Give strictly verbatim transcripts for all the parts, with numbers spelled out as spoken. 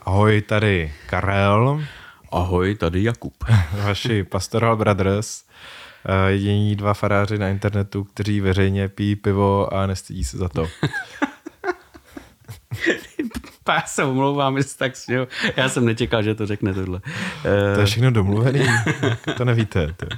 Ahoj, tady Karel. Ahoj, tady Jakub. Vaši Pastoral Brothers, jediní dva faráři na internetu, kteří veřejně pijí pivo a nestydí se za to. Já se omlouvám, jestli tak směl. Já jsem nečekal, že to řekne tohle. To je všechno domluvený, to nevíte. To.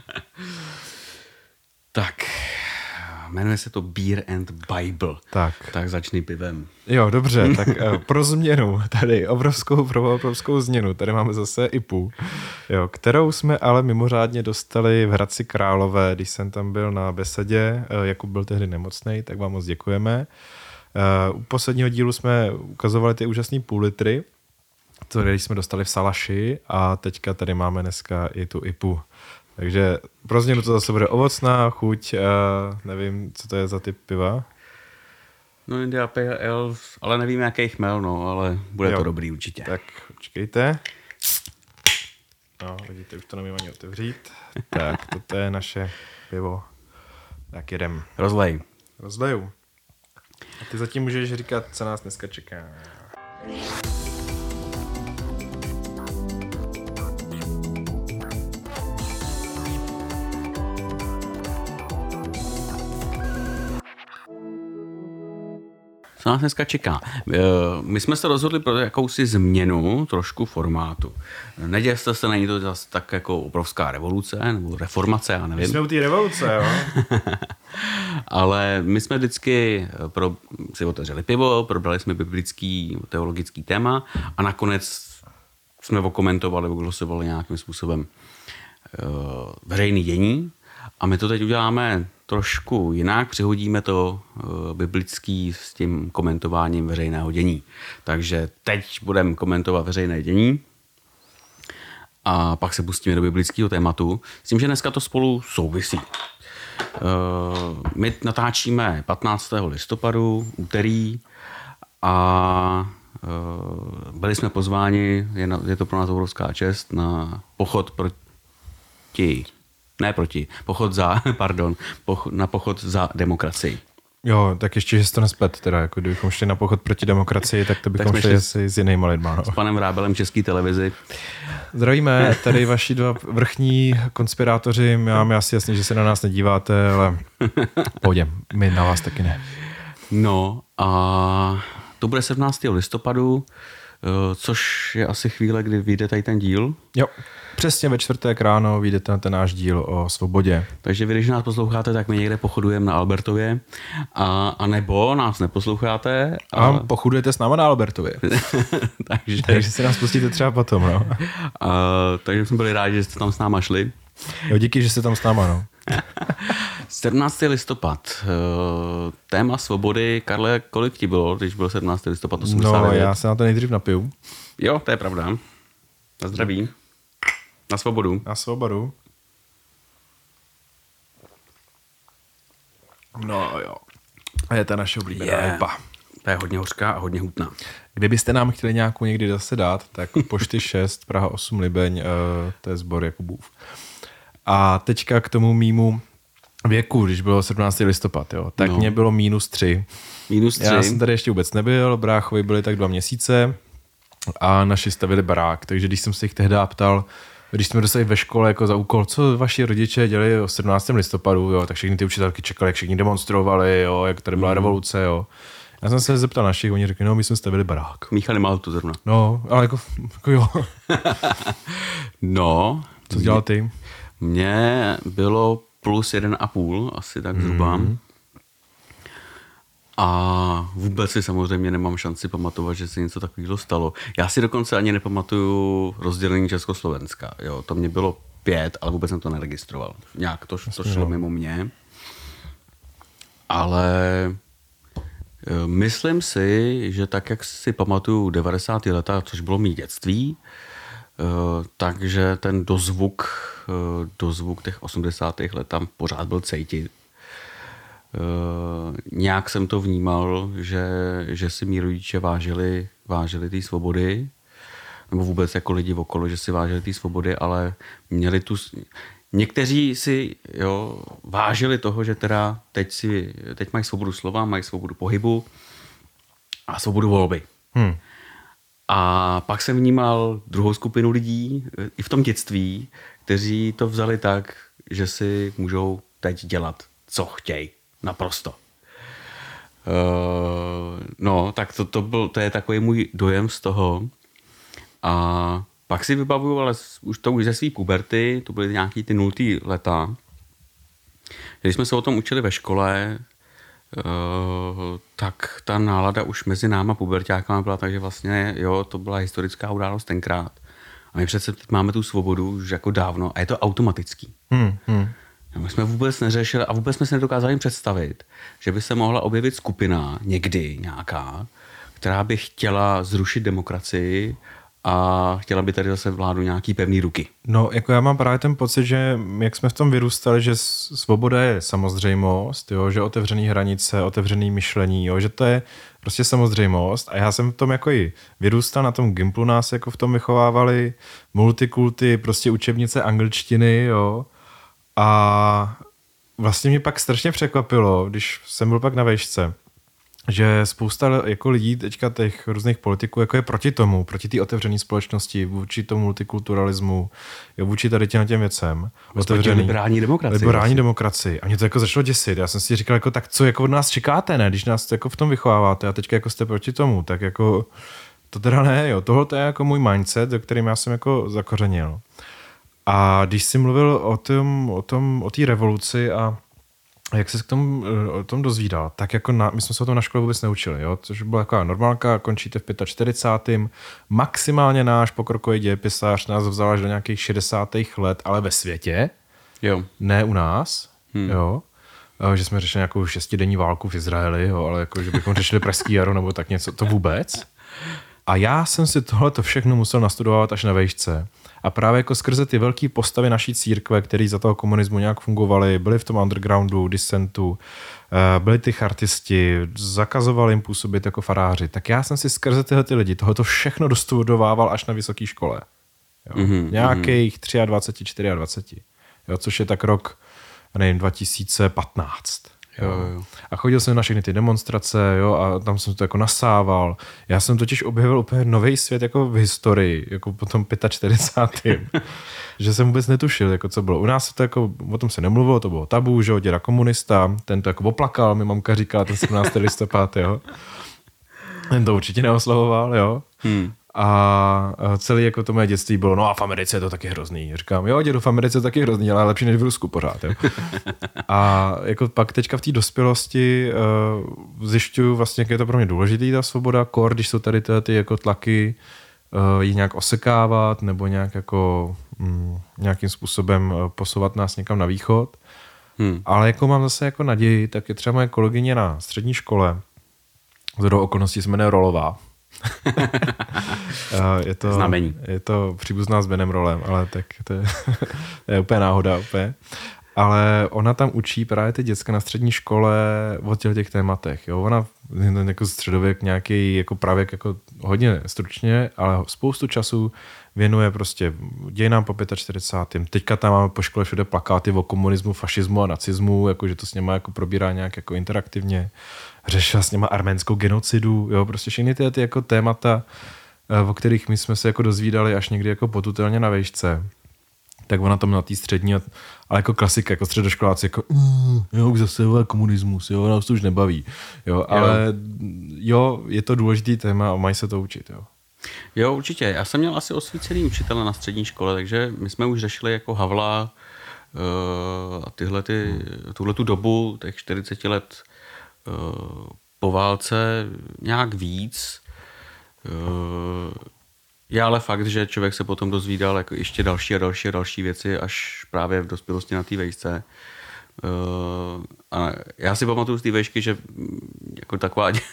Tak, jmenuje se to Beer and Bible. Tak. Tak začni pivem. Jo, dobře, tak pro změnu, tady obrovskou, pro obrovskou změnu, tady máme zase I P U, jo, kterou jsme ale mimořádně dostali v Hradci Králové, když jsem tam byl na besedě, Jakub byl tehdy nemocnej, tak vám moc děkujeme. Uh, u posledního dílu jsme ukazovali ty úžasný půl litry, které jsme dostali v Salaši a teďka tady máme dneska i tu I P U. Takže pro změnu to zase bude ovocná chuť, uh, nevím, co to je za typ piva. No India Pale Ale, ale nevím, jaký chmel, no, ale bude jo, to dobrý určitě. Tak počkejte. No, vidíte, už to nevím ani otevřít. Tak, toto je naše pivo. Tak jedem. Rozlej. Rozleju. A ty zatím můžeš říkat, co nás dneska čeká. Co nás dneska čeká? My jsme se rozhodli pro jakousi změnu trošku formátu. Neděste se, není to zase tak jako obrovská revoluce nebo reformace, já nevím. My jsme u té revoluce, jo? Ale my jsme vždycky pro, si otevřeli pivo, probrali jsme biblický, teologický téma a nakonec jsme okomentovali, oglosovali nějakým způsobem uh, veřejný dění. A my to teď uděláme trošku jinak, přihodíme to uh, biblický s tím komentováním veřejného dění. Takže teď budeme komentovat veřejné dění a pak se pustíme do biblického tématu s tím, že dneska to spolu souvisí. Uh, my natáčíme patnáctého listopadu, úterý, a uh, byli jsme pozváni, je, na, je to pro nás obrovská čest, na pochod proti... Ne proti, pochod za, pardon, poch, na pochod za demokracii. Jo, tak ještě, že jsi to nesplet, teda, jako kdybychom šli na pochod proti demokracii, tak to bychom tak šli asi s jinýma lidma. No. S panem Vrábelem České televizi. Zdravíme, tady vaši dva vrchní konspirátoři, máme asi jasně, že se na nás nedíváte, ale pohodě, my na vás taky ne. No a to bude sedmnáctého listopadu, což je asi chvíle, kdy vyjde tady ten díl. Jo. Přesně ve čtvrtek ráno vyjdete na ten náš díl o svobodě. Takže vy, když nás posloucháte, tak my někde pochodujeme na Albertově, a, a nebo nás neposloucháte. A, a pochodujete s náma na Albertově. takže, takže si nás pustíte třeba potom. No. A, takže jsme byli rádi, že jste tam s náma šli. Jo, díky, že jste tam s náma. No. sedmnáctého listopad. Téma svobody. Karle, kolik ti bylo, když byl sedmnáctého listopad osmdesát devět? No, já se na to nejdřív napiju. Jo, to je pravda. Na zdraví. Na svobodu. Na svobodu. No jo. A je ta naše oblíbená yeah. I P A. To je hodně hořká a hodně hutná. Kdybyste nám chtěli nějakou někdy zase dát, tak Pošty šest, Praha osm, Libeň, uh, to je sbor Jakubův. A teďka k tomu mýmu věku, když bylo sedmnáctého listopad, jo, tak no. Mě bylo mínus tři. Mínus tři. Já jsem tady ještě vůbec nebyl, bráchovi byli tak dva měsíce a naši stavili barák, takže když jsem se jich tehdy ptal, když jsme dostali ve škole jako za úkol, co vaši rodiče dělali o sedmnáctého listopadu, jo, tak všechny ty učitelky čekali, jak všichni demonstrovali, jo, jak tady byla mm. revoluce, jo. Já jsem se zeptal našich, oni řekli, no, my jsme stavili barák. Míchali Maltu zrovna. No, ale jako, jako jo. No. Co jsi dělal ty? Mně bylo plus jeden a půl, asi tak zhruba. Mm. A vůbec si samozřejmě nemám šanci pamatovat, že se něco takového stalo. Já si dokonce ani nepamatuju rozdělení Československa. Jo, to mě bylo pět, ale vůbec jsem to neregistroval. Nějak to, to šlo mimo mě. Ale myslím si, že tak, jak si pamatuju devadesátá léta, což bylo mý dětství, takže ten dozvuk, dozvuk těch osmdesátých let tam pořád byl cejtit. Uh, nějak jsem to vnímal, že, že si mý rodiče vážili, vážili té svobody, nebo vůbec jako lidi okolo, že si vážili té svobody, ale měli tu... Někteří si jo, vážili toho, že teda teď, si, teď mají svobodu slova, mají svobodu pohybu a svobodu volby. Hmm. A pak jsem vnímal druhou skupinu lidí i v tom dětství, kteří to vzali tak, že si můžou teď dělat, co chtějí. Naprosto. Uh, no, tak to, to, byl, to je takový můj dojem z toho. A pak si vybavuju, ale už to už ze svý puberty, to byly nějaký ty nultý leta, když jsme se o tom učili ve škole, uh, tak ta nálada už mezi náma puberťákama byla tak, že vlastně, jo, to byla historická událost tenkrát. A my přece teď máme tu svobodu už jako dávno a je to automatický. Hmm, hmm. My jsme vůbec neřešili a vůbec jsme si nedokázali představit, že by se mohla objevit skupina někdy nějaká, která by chtěla zrušit demokracii a chtěla by tady zase vládu nějaký pevný ruky. No, jako já mám právě ten pocit, že jak jsme v tom vyrůstali, že svoboda je samozřejmost, jo, že otevřený hranice, otevřený myšlení, jo, že to je prostě samozřejmost a já jsem v tom jako i vyrůstal, na tom Gimplu nás jako v tom vychovávali multikulty, prostě učebnice angličtiny, jo, a vlastně mě pak strašně překvapilo, když jsem byl pak na vejšce, že spousta jako lidí teďka těch různých politiků jako je proti tomu, proti té otevřené společnosti, vůči tomu multikulturalismu, jo, vůči tady těm těm věcem. Otevřený. Liberální demokracii. Liberální demokracii. A mě to jako začalo děsit. Já jsem si říkal, jako, tak co jako od nás čekáte, ne? Když nás to jako v tom vychováváte a teďka jako jste proti tomu, tak jako to teda ne, jo. Tohle to je jako můj mindset, do kterým já jsem jako zakořenil. A když jsi mluvil o tom, o tom, o té revoluci a jak jsi k tomu, o tom dozvídal, tak jako na, my jsme se o tom na škole vůbec neučili, jo? Což byla taková normálka, končíte v čtyřicátém pátém Maximálně náš pokrokový dějepisář nás vzal až do nějakých šedesátých let, ale ve světě, jo. Ne u nás, hmm. jo? Že jsme řešili nějakou šestidenní válku v Izraeli, jo? Ale jako, že bychom řešili Pražský jaro nebo tak něco, to vůbec. A já jsem si tohleto všechno musel nastudovat až na vejšce. A právě jako skrze ty velké postavy naší církve, které za toho komunismu nějak fungovaly, byly v tom undergroundu, disentu, byli ty chartisti, zakazovali jim působit jako faráři, tak já jsem si skrze tyhle ty lidi tohoto všechno dostudovával až na vysoké škole. Jo. Mm-hmm, Nějakých dvacet tři, dvacet čtyři, jo, což je tak rok, nevím, dva tisíce patnáct. Jo. Jo. A chodil jsem na všechny ty demonstrace, jo, a tam jsem to jako nasával. Já jsem totiž objevil úplně nový svět jako v historii, jako po tom čtyřicátém pátém že jsem vůbec netušil, jako co bylo. U nás to jako, o tom se nemluvilo, to bylo tabu, že jo, děda komunista, ten to jako oplakal, mi mamka říkala, ten sedmnáctého listopadu, jo. Ten to určitě neoslavoval, jo. Hmm. A celé jako to moje dětství bylo, no a v Americe je to taky hrozný. Říkám, jo, dědu, v Americe je to taky hrozný, ale lepší než v Rusku pořád. Jo. A jako pak teďka v té dospělosti uh, zjišťuju vlastně, jak je to pro mě důležitý, ta svoboda, kor, když jsou tady ty, ty jako tlaky, uh, ji nějak osekávat nebo nějak jako um, nějakým způsobem uh, posouvat nás někam na východ. Hmm. Ale jako mám zase jako naději, tak je třeba moje kolegyně na střední škole, zhodou okolností se jmenuje Rolová. je to, znamení. Je to příbuzná s Benem Rolem, ale tak to je, to je úplně náhoda. Úplně. Ale ona tam učí právě ty děcka na střední škole o těch, těch tématech. Jo? Ona jako středověk nějaký jako pravěk jako hodně stručně, ale spoustu času věnuje prostě dějinám po čtyřicátém pátém Teďka tam máme po škole všude plakáty o komunismu, fašismu a nacismu, jako, že to s něma jako probírá nějak jako interaktivně. Řešila s něma arménskou genocidu, jo, prostě všechny ty, ty jako témata, o kterých my jsme se jako dozvídali až někdy jako potutelně na vejšce. Tak ona tam na té střední, ale jako klasika, jako středoškoláci, jako mm, jo, už zase komunismus, jo, nás to už nebaví. Jo, ale jo, je to důležitý téma a mají se to učit, jo. Jo, určitě. Já jsem měl asi osvícený učitele na střední škole, takže my jsme už řešili jako Havla uh, a tyhle ty, tuhle tu dobu, těch čtyřicet let uh, po válce nějak víc. Uh, je ale fakt, že člověk se potom dozvídal jako ještě další a další a další věci až právě v dospělosti na té vejšce. Uh, a já si pamatuju z té vejšky, že jako taková uh,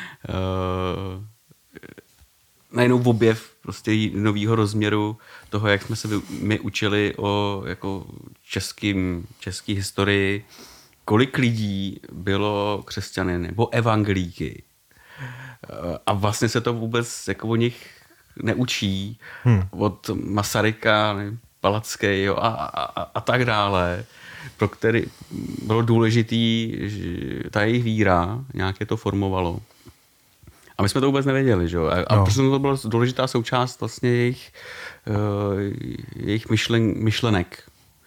najednou objev prostě novýho rozměru toho, jak jsme se my učili o jako českým, český historii, kolik lidí bylo křesťany nebo evangelíky. A vlastně se to vůbec jako o nich neučí. Hmm. Od Masaryka, Palacký, jo, a, a, a tak dále, pro který bylo důležitý, že ta jejich víra nějak je to formovalo. A my jsme to vůbec nevěděli, že jo. A, a no. protože to byla důležitá součást vlastně jejich, uh, jejich myšlen, myšlenek.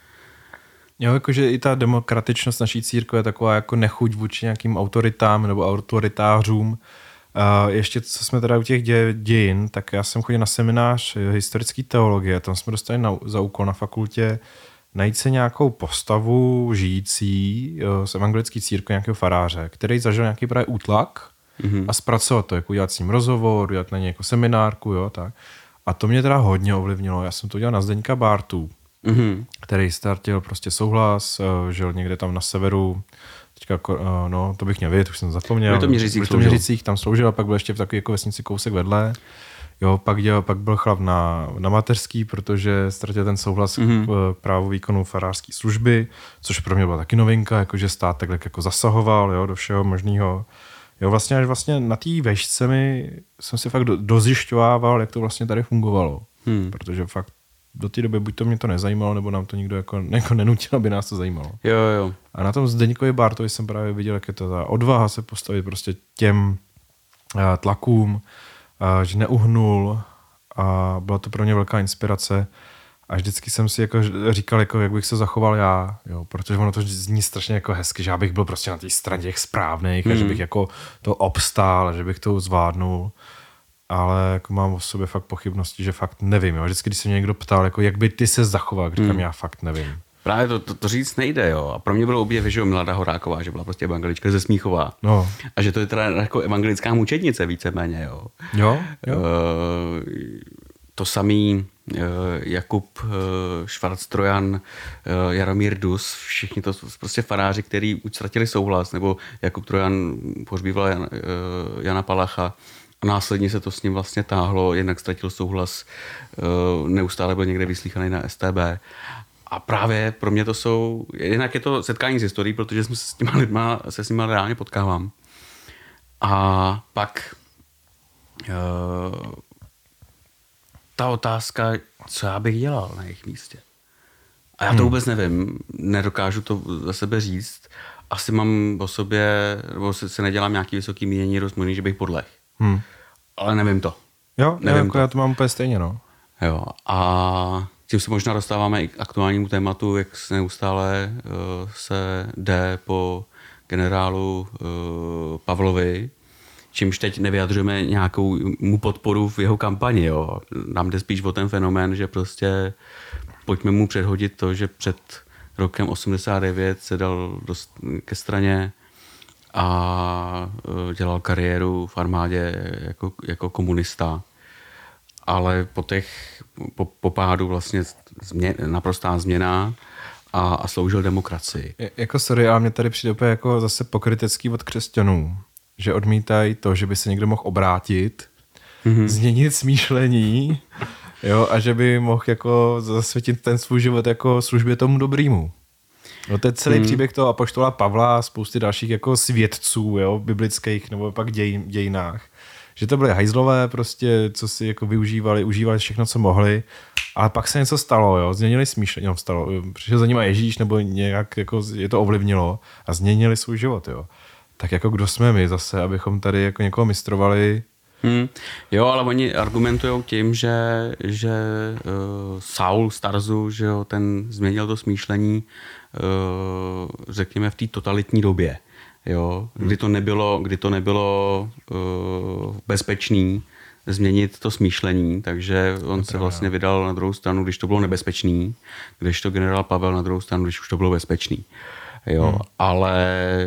Jo, jakože i ta demokratičnost naší církve je taková jako nechuť vůči nějakým autoritám nebo autoritářům. Uh, ještě co jsme teda u těch dě, dějin, tak já jsem chodil na seminář historické teologie, tam jsme dostali na, za úkol na fakultě najít se nějakou postavu žijící jo, z evangelické církve, nějakého faráře, který zažil nějaký právě útlak mm-hmm. a zpracovat to, jako udělat s ním rozhovor, udělat na něj jako seminárku, jo, tak. A to mě teda hodně ovlivnilo. Já jsem to dělal na Zdeňka Bártu, mm-hmm. který startil prostě souhlas, žil někde tam na severu, teďka, no, to bych měl vědět, už jsem zapomněl. V Litoměřicích tam sloužil a pak byl ještě v takové jako vesnici kousek vedle. Jo, pak, dělal, pak byl chlap na, na mateřský, protože ztratil ten souhlas mm-hmm. k, k právu výkonu farářské služby, což pro mě byla taky novinka, jakože stát takhle jako zasahoval, jo, do všeho možného. Jo, vlastně až vlastně na té vešce mi jsem si fakt do, dozjišťovával, jak to vlastně tady fungovalo. Hmm. Protože fakt do té doby buď to mě to nezajímalo, nebo nám to nikdo jako, jako nenutil, aby nás to zajímalo. Jo, jo. A na tom Zdeňkovi Bártovi jsem právě viděl, jak je to ta odvaha se postavit prostě těm uh, tlakům, uh, že neuhnul a byla to pro mě velká inspirace. A vždycky jsem si jako říkal, jako, jak bych se zachoval já, jo, protože ono to zní strašně jako hezky, že já bych byl prostě na té straně těch správných hmm. a že bych jako to obstál, že bych to zvládnul. Ale jako mám o sobě fakt pochybnosti, že fakt nevím. Jo. Vždycky, když se mě někdo ptal, jako, jak by ty se zachoval, říkám, hmm. já fakt nevím. Právě to, to, to říct nejde, jo. A pro mě bylo objev, že Milada Horáková, že byla prostě evangelička ze Smíchova. No. A že to je teda jako evangelická mučednice víceméně, jo. Jo, jo. Uh, to samý uh, Jakub uh, Švarc-Trojan, uh, Jaromír Dus, všichni to prostě faráři, kteří už ztratili souhlas, nebo Jakub Trojan pohřbíval Jan, uh, Jana Palacha. A následně se to s ním vlastně táhlo, jednak ztratil souhlas, neustále byl někde vyslýchaný na S T B. A právě pro mě to jsou, jednak je to setkání s historií, protože jsme se s těma lidma, se s nimi reálně potkávám. A pak uh, ta otázka, co já bych dělal na jejich místě. A já to hmm. vůbec nevím, nedokážu to za sebe říct. Asi mám o sobě, nebo se, se nedělám nějaký vysoký mínění rozmluvný, že bych podleh. Hmm. Ale nevím to. Jo, nevím jako to. Já to mám úplně stejně, no. Jo, a tím se možná dostáváme i k aktuálnímu tématu, jak se neustále uh, se jde po generálu uh, Pavlovi, čímž teď nevyjadřujeme nějakou mu podporu v jeho kampani, jo. Nám jde spíš o ten fenomén, že prostě pojďme mu předhodit to, že před rokem osmdesát devět se dal dost ke straně a dělal kariéru v armádě jako, jako komunista. Ale po těch, po, po pádu vlastně změ, naprostá změna a, a sloužil demokracii. Je, jako sorry, ale mě tady přijde úplně jako zase pokrytecký od křesťanů, že odmítají to, že by se někdo mohl obrátit, mm-hmm. změnit smýšlení, jo, a že by mohl jako zasvětit ten svůj život jako službě tomu dobrýmu. No to je celý hmm. příběh toho apoštola Pavla a spousty dalších jako svědců, jo, biblických nebo pak děj, dějinách. Že to byly hajzlové prostě, co si jako využívali, užívali všechno, co mohli, ale pak se něco stalo, jo, změnili smýšlení, no, stalo, přišel za nima Ježíš nebo nějak jako je to ovlivnilo a změnili svůj život, jo. Tak jako kdo jsme my zase, abychom tady jako někoho mistrovali. Hmm. Jo, ale oni argumentují tím, že, že uh, Saul z Tarzu, že jo, ten změnil to smýšlení, uh, řekněme v té totalitní době, jo, hmm. kdy to nebylo, kdy to nebylo uh, bezpečný změnit to smýšlení, takže on to se vlastně vydal na druhou stranu, když to bylo nebezpečný, když to generál Pavel na druhou stranu, když už to bylo bezpečný. Jo, hmm. ale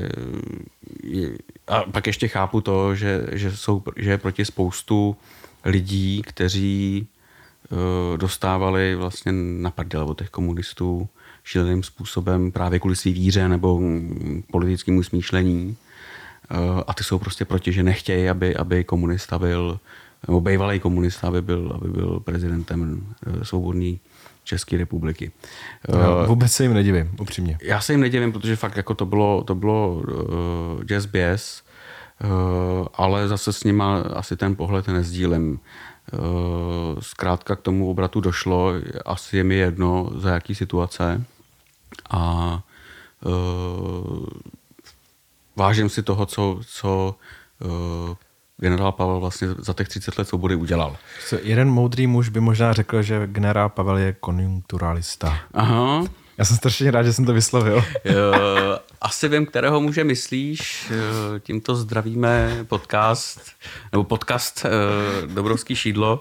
a pak ještě chápu to, že, že, jsou, že je proti spoustu lidí, kteří uh, dostávali vlastně na prdel od těch komunistů šíleným způsobem právě kvůli svý víře nebo politickému smýšlení. Uh, a ty jsou prostě proti, že nechtějí, aby, aby komunista byl, nebo bývalý komunista, aby byl, aby byl prezidentem uh, svobodný České republiky. Já vůbec se jim nedivím, upřímně. Já se jim nedivím, protože fakt jako to bylo, to bylo uh, jazz běs, uh, ale zase s nima asi ten pohled nezdílím. Uh, zkrátka k tomu obratu došlo, asi je mi jedno, za jaký situace. A uh, vážím si toho, co, co uh, generál Pavel vlastně za těch třicet let svobody udělal. Co, jeden moudrý muž by možná řekl, že generál Pavel je konjunkturalista. Aha. Já jsem strašně rád, že jsem to vyslovil. Asi vím, kterého muže myslíš. Tímto zdravíme podcast, nebo podcast Dobrovský šídlo,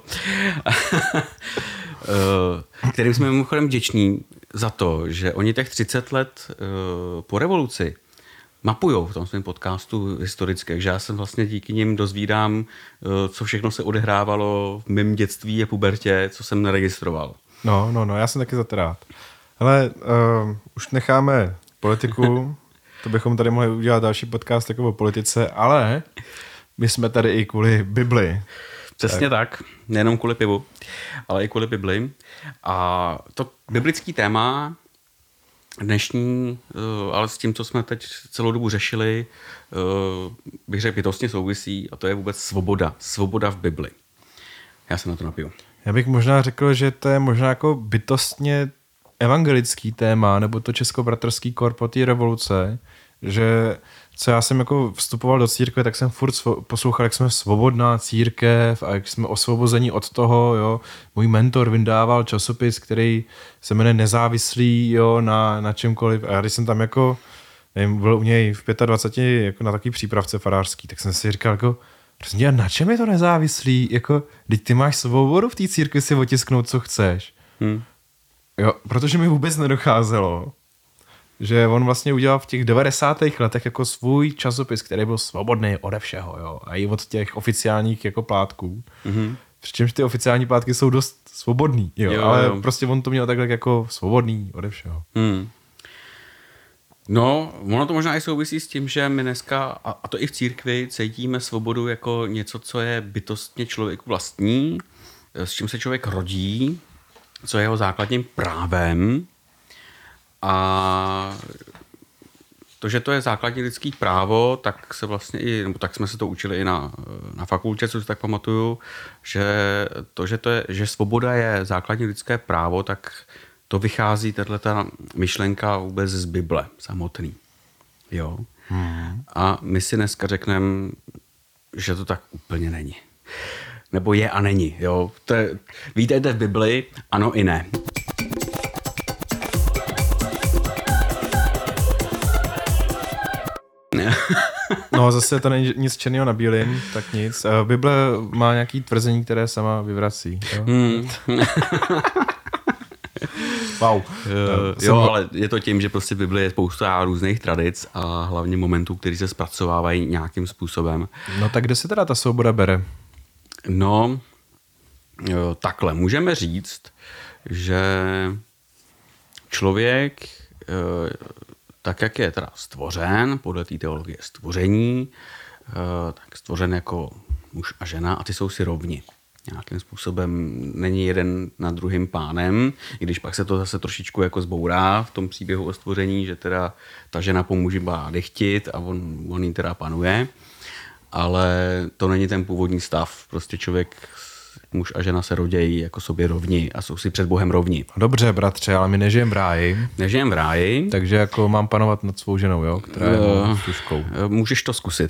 kterým jsme mimochodem vděční za to, že oni těch třicet let po revoluci mapujou v tom svém podcastu historické, že já jsem vlastně díky nim dozvídám, co všechno se odehrávalo v mém dětství a pubertě, co jsem neregistroval. No, no, no, já jsem taky za to rád. Hele, uh, už necháme politiku, to bychom tady mohli udělat další podcast jako o politice, ale my jsme tady i kvůli Bibli. Přesně tak. tak, nejenom kvůli pivu, ale i kvůli Bibli. A to biblický téma dnešní, ale s tím, co jsme teď celou dobu řešili, bych řekl, bytostně souvisí, a to je vůbec svoboda. Svoboda v Bibli. Já se na to napiju. Já bych možná řekl, že to je možná jako bytostně evangelický téma, nebo to českobratrský kor po té revoluce, že co já jsem jako vstupoval do církve, tak jsem furt svo- poslouchal, jak jsme svobodná církev a jak jsme osvobození od toho, jo. Můj mentor vydával časopis, který se jmenuje Nezávislý, jo, na, na čemkoliv. A já když jsem tam jako, nevím, byl u něj v dvaceti pěti jako na takový přípravce farářský, tak jsem si říkal jako, prostě na čem je to nezávislý? Jako, teď ty máš svobodu v té církvi si otisknout, co chceš. Hmm. Jo, protože mi vůbec nedocházelo, že on vlastně udělal v těch devadesátých letech jako svůj časopis, který byl svobodný ode všeho, jo, a i od těch oficiálních jako plátků. Mm-hmm. Přičemž ty oficiální plátky jsou dost svobodný, jo, jo ale jo. Prostě on to měl takhle jako svobodný ode všeho. Mm. No, ono to možná i souvisí s tím, že my dneska, a to i v církvi, cítíme svobodu jako něco, co je bytostně člověku vlastní, s čím se člověk rodí, co je jeho základním právem. A to, že to je základní lidský právo, tak se vlastně i, nebo tak jsme se to učili i na, na fakultě, co si tak pamatuju, že to, že, to je, že svoboda je základní lidské právo, tak to vychází tato myšlenka vůbec z Bible samotný. Jo. Hmm. A my si dneska řekneme, že to tak úplně není. Nebo je a není. Jo. To je, vítejte v Bibli, ano i ne. No zase to není nic černého na bílým, tak nic. Bible má nějaký tvrzení, které sama vyvrací. Jo, hmm. Wow. Uh, jo, ale je to tím, že prostě v Bibli je spousta různých tradic a hlavně momentů, které se zpracovávají nějakým způsobem. No tak kde se teda ta svoboda bere? No, jo, takhle. Můžeme říct, že člověk, tak jak je teda stvořen, podle té teologie stvoření, tak stvořen jako muž a žena a ty jsou si rovni. Nějakým způsobem není jeden nad druhým pánem, i když pak se to zase trošičku jako zbourá v tom příběhu o stvoření, že teda ta žena po muži má nechtit a on, on jí teda panuje, ale to není ten původní stav. Prostě člověk, muž a žena se rodějí jako sobě rovni a jsou si před Bohem rovni. Dobře, bratře, ale my nežijeme v ráji. Nežijeme v ráji. Takže jako mám panovat nad svou ženou, jo? Která je uh, služkou. Můžeš to zkusit.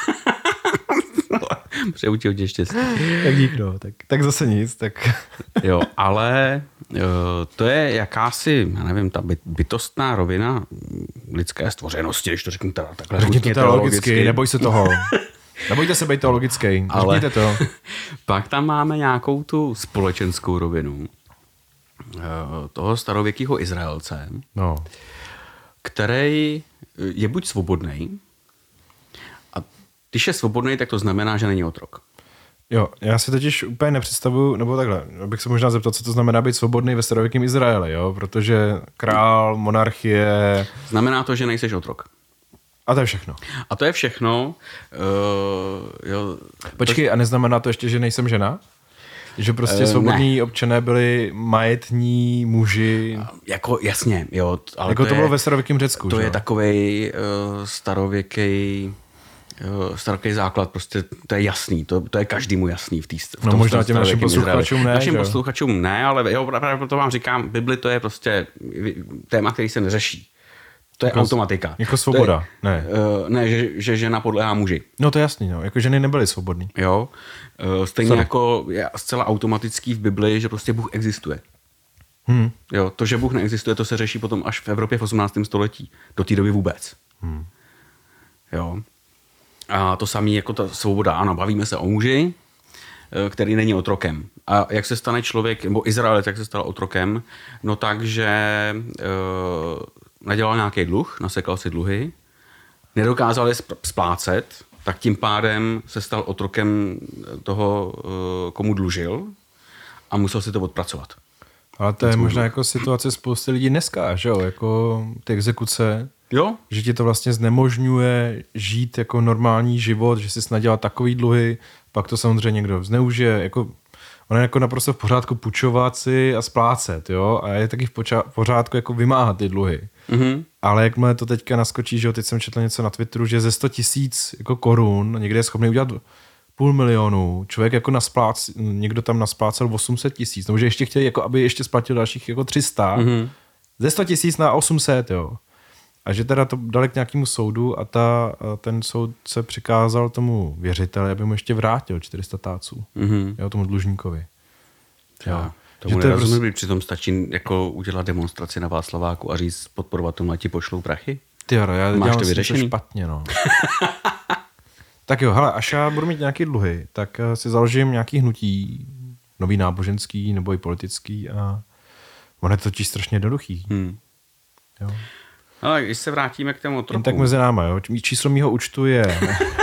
Přeju ti hodně štěstí. Tak dík, no. Tak, tak zase nic. Tak. Jo, ale to je jakási, já nevím, ta bytostná rovina lidské stvořenosti, když to řeknu teda takhle. Řekni to teologicky, neboj se toho. Nebojte se být teologický, ale to. Pak tam máme nějakou tu společenskou rovinu toho starověkého Izraelce, no. který je buď svobodný, a když je svobodný, tak to znamená, že není otrok. Jo, já si totiž úplně nepředstavuju, nebo takhle, abych se možná zeptal, co to znamená být svobodný ve starověkém Izraeli, jo, protože král, monarchie... Znamená to, že nejseš otrok. A to je všechno. A to je všechno. Uh, jo, Počkej, a neznamená to ještě, že nejsem žena? Že prostě uh, svobodní ne. občané byli majetní muži? Jako jasně, jo. Ale jako to, to bylo je, ve starověkém Řecku, To že? je takovej uh, starověký uh, starověký základ, prostě to je jasný, to, to je každému jasný v té No možná těm našim posluchačům ne. Našim že? posluchačům ne, ale jo, právě proto vám říkám, Bibli to je prostě téma, který se neřeší. To je jako, automatika. Jako svoboda, je, ne. Uh, ne, že, že žena podléhá muži. No to je jasný, no. Jako ženy nebyly svobodný. Jo. Uh, stejně Sorry. jako je zcela automatický v Bibli, že prostě Bůh existuje. Hmm. Jo, to, že Bůh neexistuje, to se řeší potom až v Evropě v osmnáctém století. Do té doby vůbec. Hmm. Jo. A to samé jako ta svoboda. Ano, bavíme se o muži, který není otrokem. A jak se stane člověk, nebo Izraelec, jak se stal otrokem, no takže e, nadělal nějaký dluh, nasekal si dluhy, nedokázal je splácet, tak tím pádem se stal otrokem toho, e, komu dlužil a musel si to odpracovat. Ale to je možná jako situace spousty lidí dneska, že jo, jako ty exekuce, jo? Že ti to vlastně znemožňuje žít jako normální život, že jsi nadělal takový dluhy, pak to samozřejmě někdo zneužije, jako ono je jako naprosto v pořádku půjčovat si a splácet, jo, a je taky v poča- pořádku jako vymáhat ty dluhy. Mm-hmm. Ale jakmile to teďka naskočí, že jo, teď jsem četl něco na Twitteru, že ze sto tisíc jako korun někde je schopný udělat půl milionu, člověk jako nasplác, někdo tam nasplácel osm set tisíc, nebo že ještě chtěli, jako aby ještě splatil dalších jako tři sta, mm-hmm. ze sto tisíc na osm set, jo. A že teda to dali k nějakému soudu a, ta, a ten soud se přikázal tomu věřiteli, aby mu ještě vrátil čtyři sta táců. Mm-hmm. Jo, tomu dlužníkovi. Jo. Tomu že nerozumím, prostě... přitom stačí jako udělat demonstraci na Václaváku a říct podporovat tomu, ať ti pošlou prachy? Ty jo, já Máš dělám to vyřešený? To špatně, no. Tak jo, hele, až já budu mít nějaký dluhy, tak si založím nějaký hnutí, nový náboženský nebo i politický a ono je to totiž strašně jednoduchý. Hmm. Jo. Ale když se vrátíme k tomu otroku. Jen tak mezi náma, jo. Číslo mýho účtu je...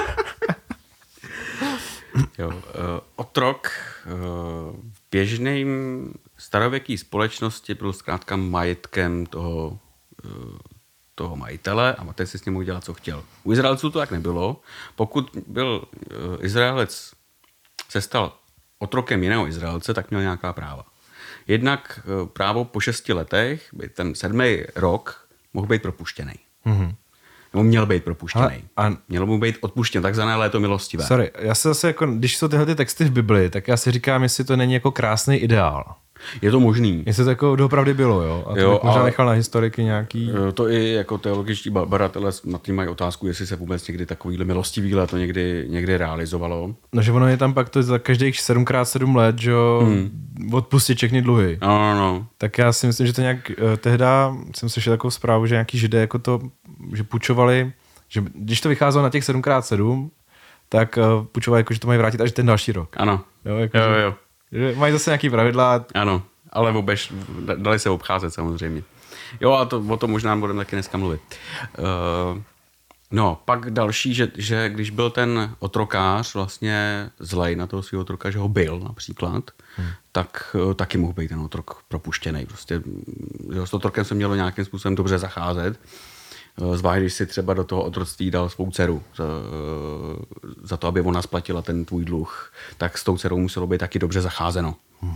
jo, uh, otrok uh, v běžném starověké společnosti byl zkrátka majetkem toho, uh, toho majitele a ten si s ním mohl dělat, co chtěl. U Izraelců to tak nebylo. Pokud byl uh, Izraelec se stal otrokem jiného Izraelce, tak měl nějaká práva. Jednak uh, právo po šesti letech, by ten sedmý rok mohl být propuštěný. Mm-hmm. Nebo měl být propuštěný. A... Mělo mu být odpuštěn, takzvané léto milostivé. Sorry, já se zase jako, když jsou tyhle ty texty v Bibli, tak já si říkám, jestli to není jako krásný ideál. Je to možný. Jestli to jako doopravdy bylo, jo? A to jo, bych možná nechal na historiky nějaký... To i jako teologičtí badatelé na tím mají otázku, jestli se vůbec někdy takovýhle milostivý léto někdy, někdy realizovalo. No, že ono je tam pak to za každých sedm krát sedm let, že jo, hmm. odpustit všechny dluhy. No, no, no. Tak já si myslím, že to nějak, tehda jsem slyšel takovou zprávu, že nějaký Židé jako to, že půjčovali, že když to vycházelo na těch sedm krát sedm, tak půjčovali jako, že to mají vrátit až ten další rok. Ano. Jo, jako, jo, jo. Že mají zase nějaký pravidla. Ano, ale obež, dali se obcházet samozřejmě. Jo, a to, o tom možná budeme taky dneska mluvit. Uh, no, pak další, že, že když byl ten otrokář vlastně zlej na toho svého otroka, že ho byl například, hmm. tak uh, taky mohl být ten otrok propuštěný. Prostě, že s otrokem se mělo nějakým způsobem dobře zacházet. Uh, zvlášť, když si třeba do toho otroctví dal svou dceru za, uh, za to, aby ona splatila ten tvůj dluh, tak s tou dcerou muselo být taky dobře zacházeno. Hmm.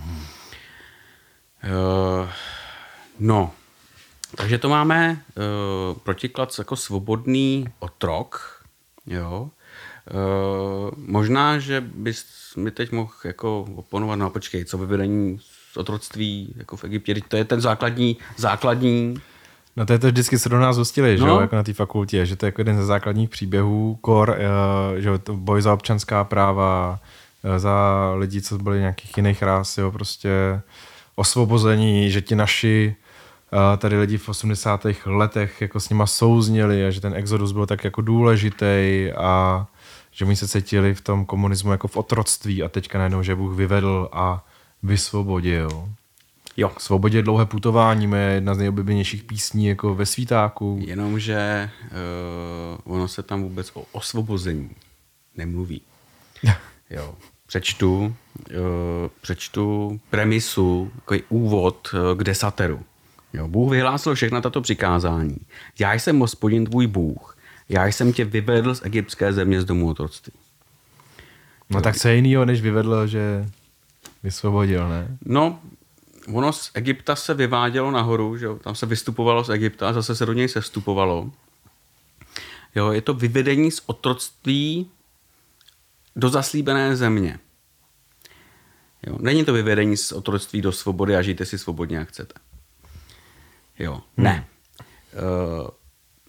Uh, no, takže to máme uh, protiklad jako svobodný otrok, jo. Uh, možná, že bys mi teď mohl jako oponovat, no počkej, co vyvedení z otroctví jako v Egyptě, to je ten základní, základní... No to je to vždycky, co do nás hostili, no. Že jo, jako na té fakultě, že to je jako jeden ze základních příběhů, kor, uh, že to boj za občanská práva, uh, za lidi, co byli nějakých jiných rás, jo, prostě... osvobození, že ti naši uh, tady lidi v osmdesátých letech jako s nima souzněli a že ten exodus byl tak jako důležitý a že oni se cítili v tom komunismu jako v otroctví a teďka najednou, že Bůh vyvedl a vysvobodil. Jo. K svobodě dlouhé putování je jedna z nejoblíbenějších písní jako ve Svítáku. Jenomže uh, ono se tam vůbec o osvobození nemluví. Jo. Přečtu, uh, přečtu premisu, takový úvod uh, k desateru. Jo, Bůh vyhlásil všechna tato přikázání. Já jsem Hospodin tvůj Bůh. Já jsem tě vyvedl z egyptské země z domu otroctví. No tak co jinýho, než vyvedl, že vysvobodil, ne? No, ono z Egypta se vyvádělo nahoru, že jo? Tam se vystupovalo z Egypta a zase se do něj sestupovalo. Jo, je to vyvedení z otroctví do zaslíbené země. Jo, není to vyvedení z otroctví do svobody a žijte si svobodně, jak chcete. Jo, hmm. ne. Uh,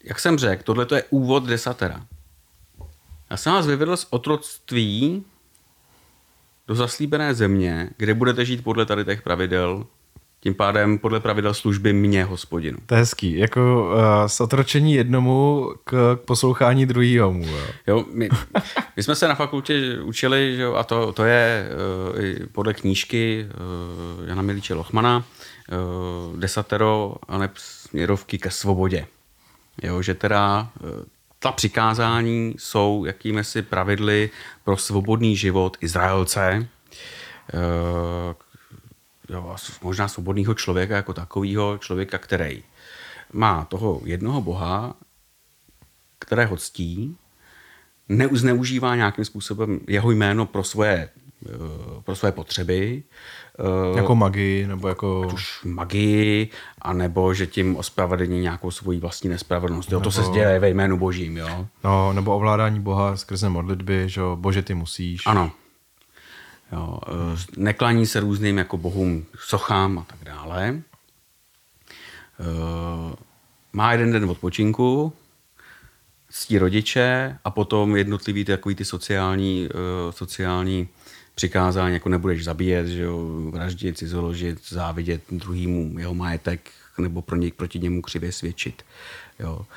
jak jsem řekl, tohle to je úvod desatera. Já jsem vás vyvedl z otroctví do zaslíbené země, kde budete žít podle tady těch pravidel, tím pádem podle pravidel služby mě, Hospodinu. To je hezký, jako uh, z otročení jednomu k, k poslouchání druhýmu. Jo, jo my, my jsme se na fakultě učili, že jo, a to, to je uh, i podle knížky uh, Jana Milíče Lochmana, uh, desatero a ne směrovky ke svobodě. Jo, že teda uh, ta přikázání jsou jakými si pravidly pro svobodný život Izraelce, uh, jo, možná svobodného člověka jako takového člověka, který má toho jednoho boha, kterého ctí, neuzneužívá nějakým způsobem jeho jméno pro svoje, pro svoje potřeby. Jako magii, nebo jako... Už magii, anebo že tím ospravedlní nějakou svoji vlastní nespravedlnost. Jo, nebo... To se děje ve jménu božím. Jo? No, nebo ovládání boha skrze modlitby, že bože, ty musíš. Ano. Jo, neklaní se různým jako bohům, sochám a tak dále. Má jeden den odpočinku, ctí rodiče a potom jednotlivý takový ty sociální, sociální přikázání, jako nebudeš zabíjet, že jo, vraždit, cizoložit, závidět druhýmu jeho majetek nebo pro něj, proti němu křivě svědčit. Jo.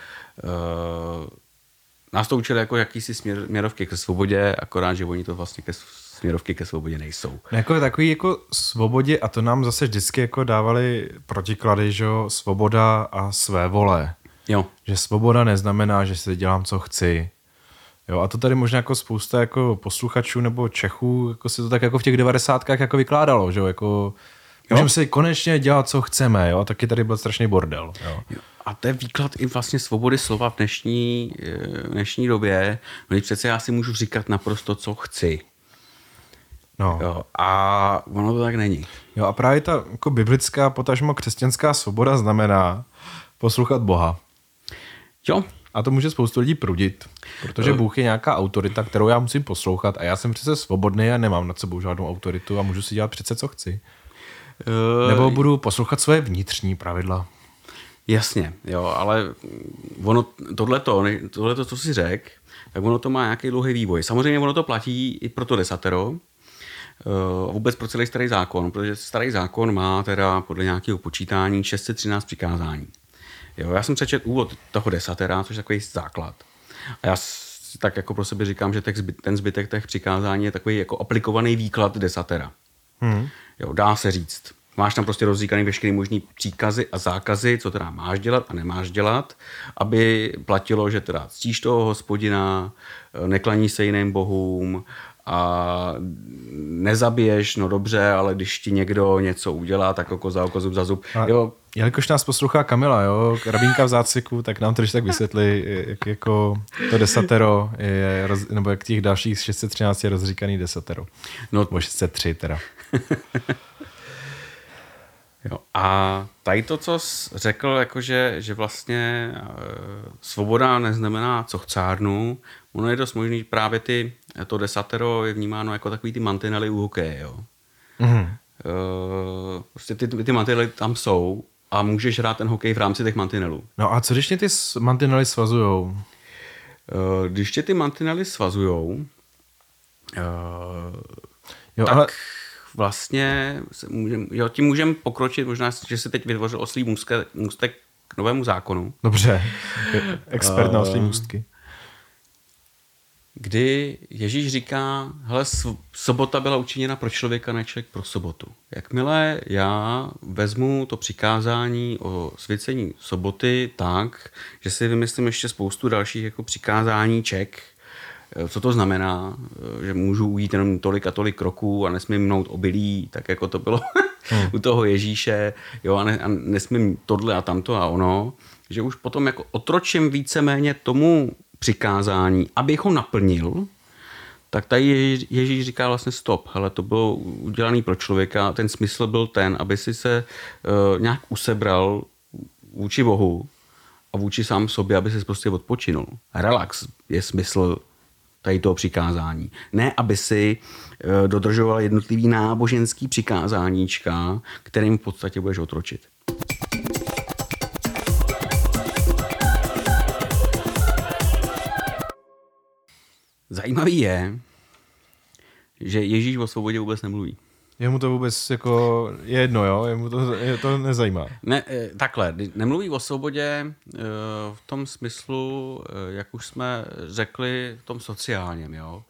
Nás to učili jako jakýsi směr, směrovky ke svobodě, akorát, že oni to vlastně ke směrovky ke svobodě nejsou. No jako takový jako svobodě, a to nám zase vždycky jako dávali protiklady, že jo, svoboda a své vole. Jo. Že svoboda neznamená, že si dělám, co chci. Jo, a to tady možná jako spousta jako posluchačů nebo Čechů jako si to tak jako v těch devadesátkách jako vykládalo, že jo, jako můžeme si konečně dělat, co chceme, jo, a taky tady byl strašný bordel. Jo. Jo. A to je výklad i vlastně svobody slova v dnešní, v dnešní době. No přece já si můžu říkat naprosto, co chci. No. Jo, a ono to tak není. Jo, a právě ta jako biblická, potažmo křesťanská svoboda znamená poslouchat Boha. Jo. A to může spoustu lidí prudit, protože Bůh je nějaká autorita, kterou já musím poslouchat a já jsem přece svobodný a nemám nad sebou žádnou autoritu a můžu si dělat přece, co chci. Uh, Nebo budu poslouchat svoje vnitřní pravidla. Jasně, jo, ale ono, tohleto, tohleto, co jsi řekl, tak ono to má nějaký dlouhý vývoj. Samozřejmě ono to platí i pro to desatero, a vůbec pro celý starý zákon, protože starý zákon má teda podle nějakého počítání šest set třináct přikázání. Jo, já jsem přečetl úvod toho desatera, což je takový základ. A já tak jako pro sebe říkám, že ten zbytek těch přikázání je takový jako aplikovaný výklad desatera. Hmm. Jo, dá se říct. Máš tam prostě rozříkaný veškerý možný příkazy a zákazy, co teda máš dělat a nemáš dělat, aby platilo, že teda ctíš toho Hospodina, neklaní se jiným bohům a nezabiješ, no dobře, ale když ti někdo něco udělá, tak oko za oko, zub za zub. A jo. Jelikož nás poslouchá Kamila, jo, rabínka v zácviku, tak nám to když tak vysvětlí, jak jako to desatero je, roz, nebo jak těch dalších šest set třináct je rozříkaný desatero. No, nebo šest set tři teda. Jo, a tady to, co jsi řekl, jakože, že vlastně e, svoboda neznamená co chcárnu, ono je dost možný, právě ty, to desatero je vnímáno jako takový ty mantinely u hokeje, jo. Mm-hmm. E, prostě ty, ty mantinely tam jsou a můžeš hrát ten hokej v rámci těch mantinelů. No a co když tě ty mantinely svazujou? E, když tě ty mantinely svazujou, e, jo, tak... ale... Vlastně můžem, jo, tím můžeme pokročit, možná, že si teď vytvořil oslý můstek, můstek k novému zákonu. Dobře, expert na oslý můstky. Kdy Ježíš říká, hele, sobota byla učiněna pro člověka, ne člověk pro sobotu. Jakmile já vezmu to přikázání o svěcení soboty tak, že si vymyslím ještě spoustu dalších jako přikázáníček, co to znamená, že můžu ujít jenom tolik a tolik kroků a nesmím mnout obilí, tak jako to bylo hmm. u toho Ježíše, jo, a, ne, a nesmím tohle a tamto a ono, že už potom jako otročím víceméně tomu přikázání, abych ho naplnil, tak tady Ježíš, Ježíš říká vlastně stop, hele, to bylo udělané pro člověka, ten smysl byl ten, aby si se uh, nějak usebral vůči Bohu a vůči sám sobě, aby si prostě odpočinul. Relax je smysl tady toho přikázání. Ne, aby si e, dodržoval jednotlivý náboženský přikázáníčka, kterým v podstatě budeš otročit. Zajímavý je, že Ježíš o svobodě vůbec nemluví. Jemu to vůbec jako je jedno, jo? Jemu to, je to nezajímá. Ne, takhle, nemluví o svobodě v tom smyslu, jak už jsme řekli, v tom sociálním, jo?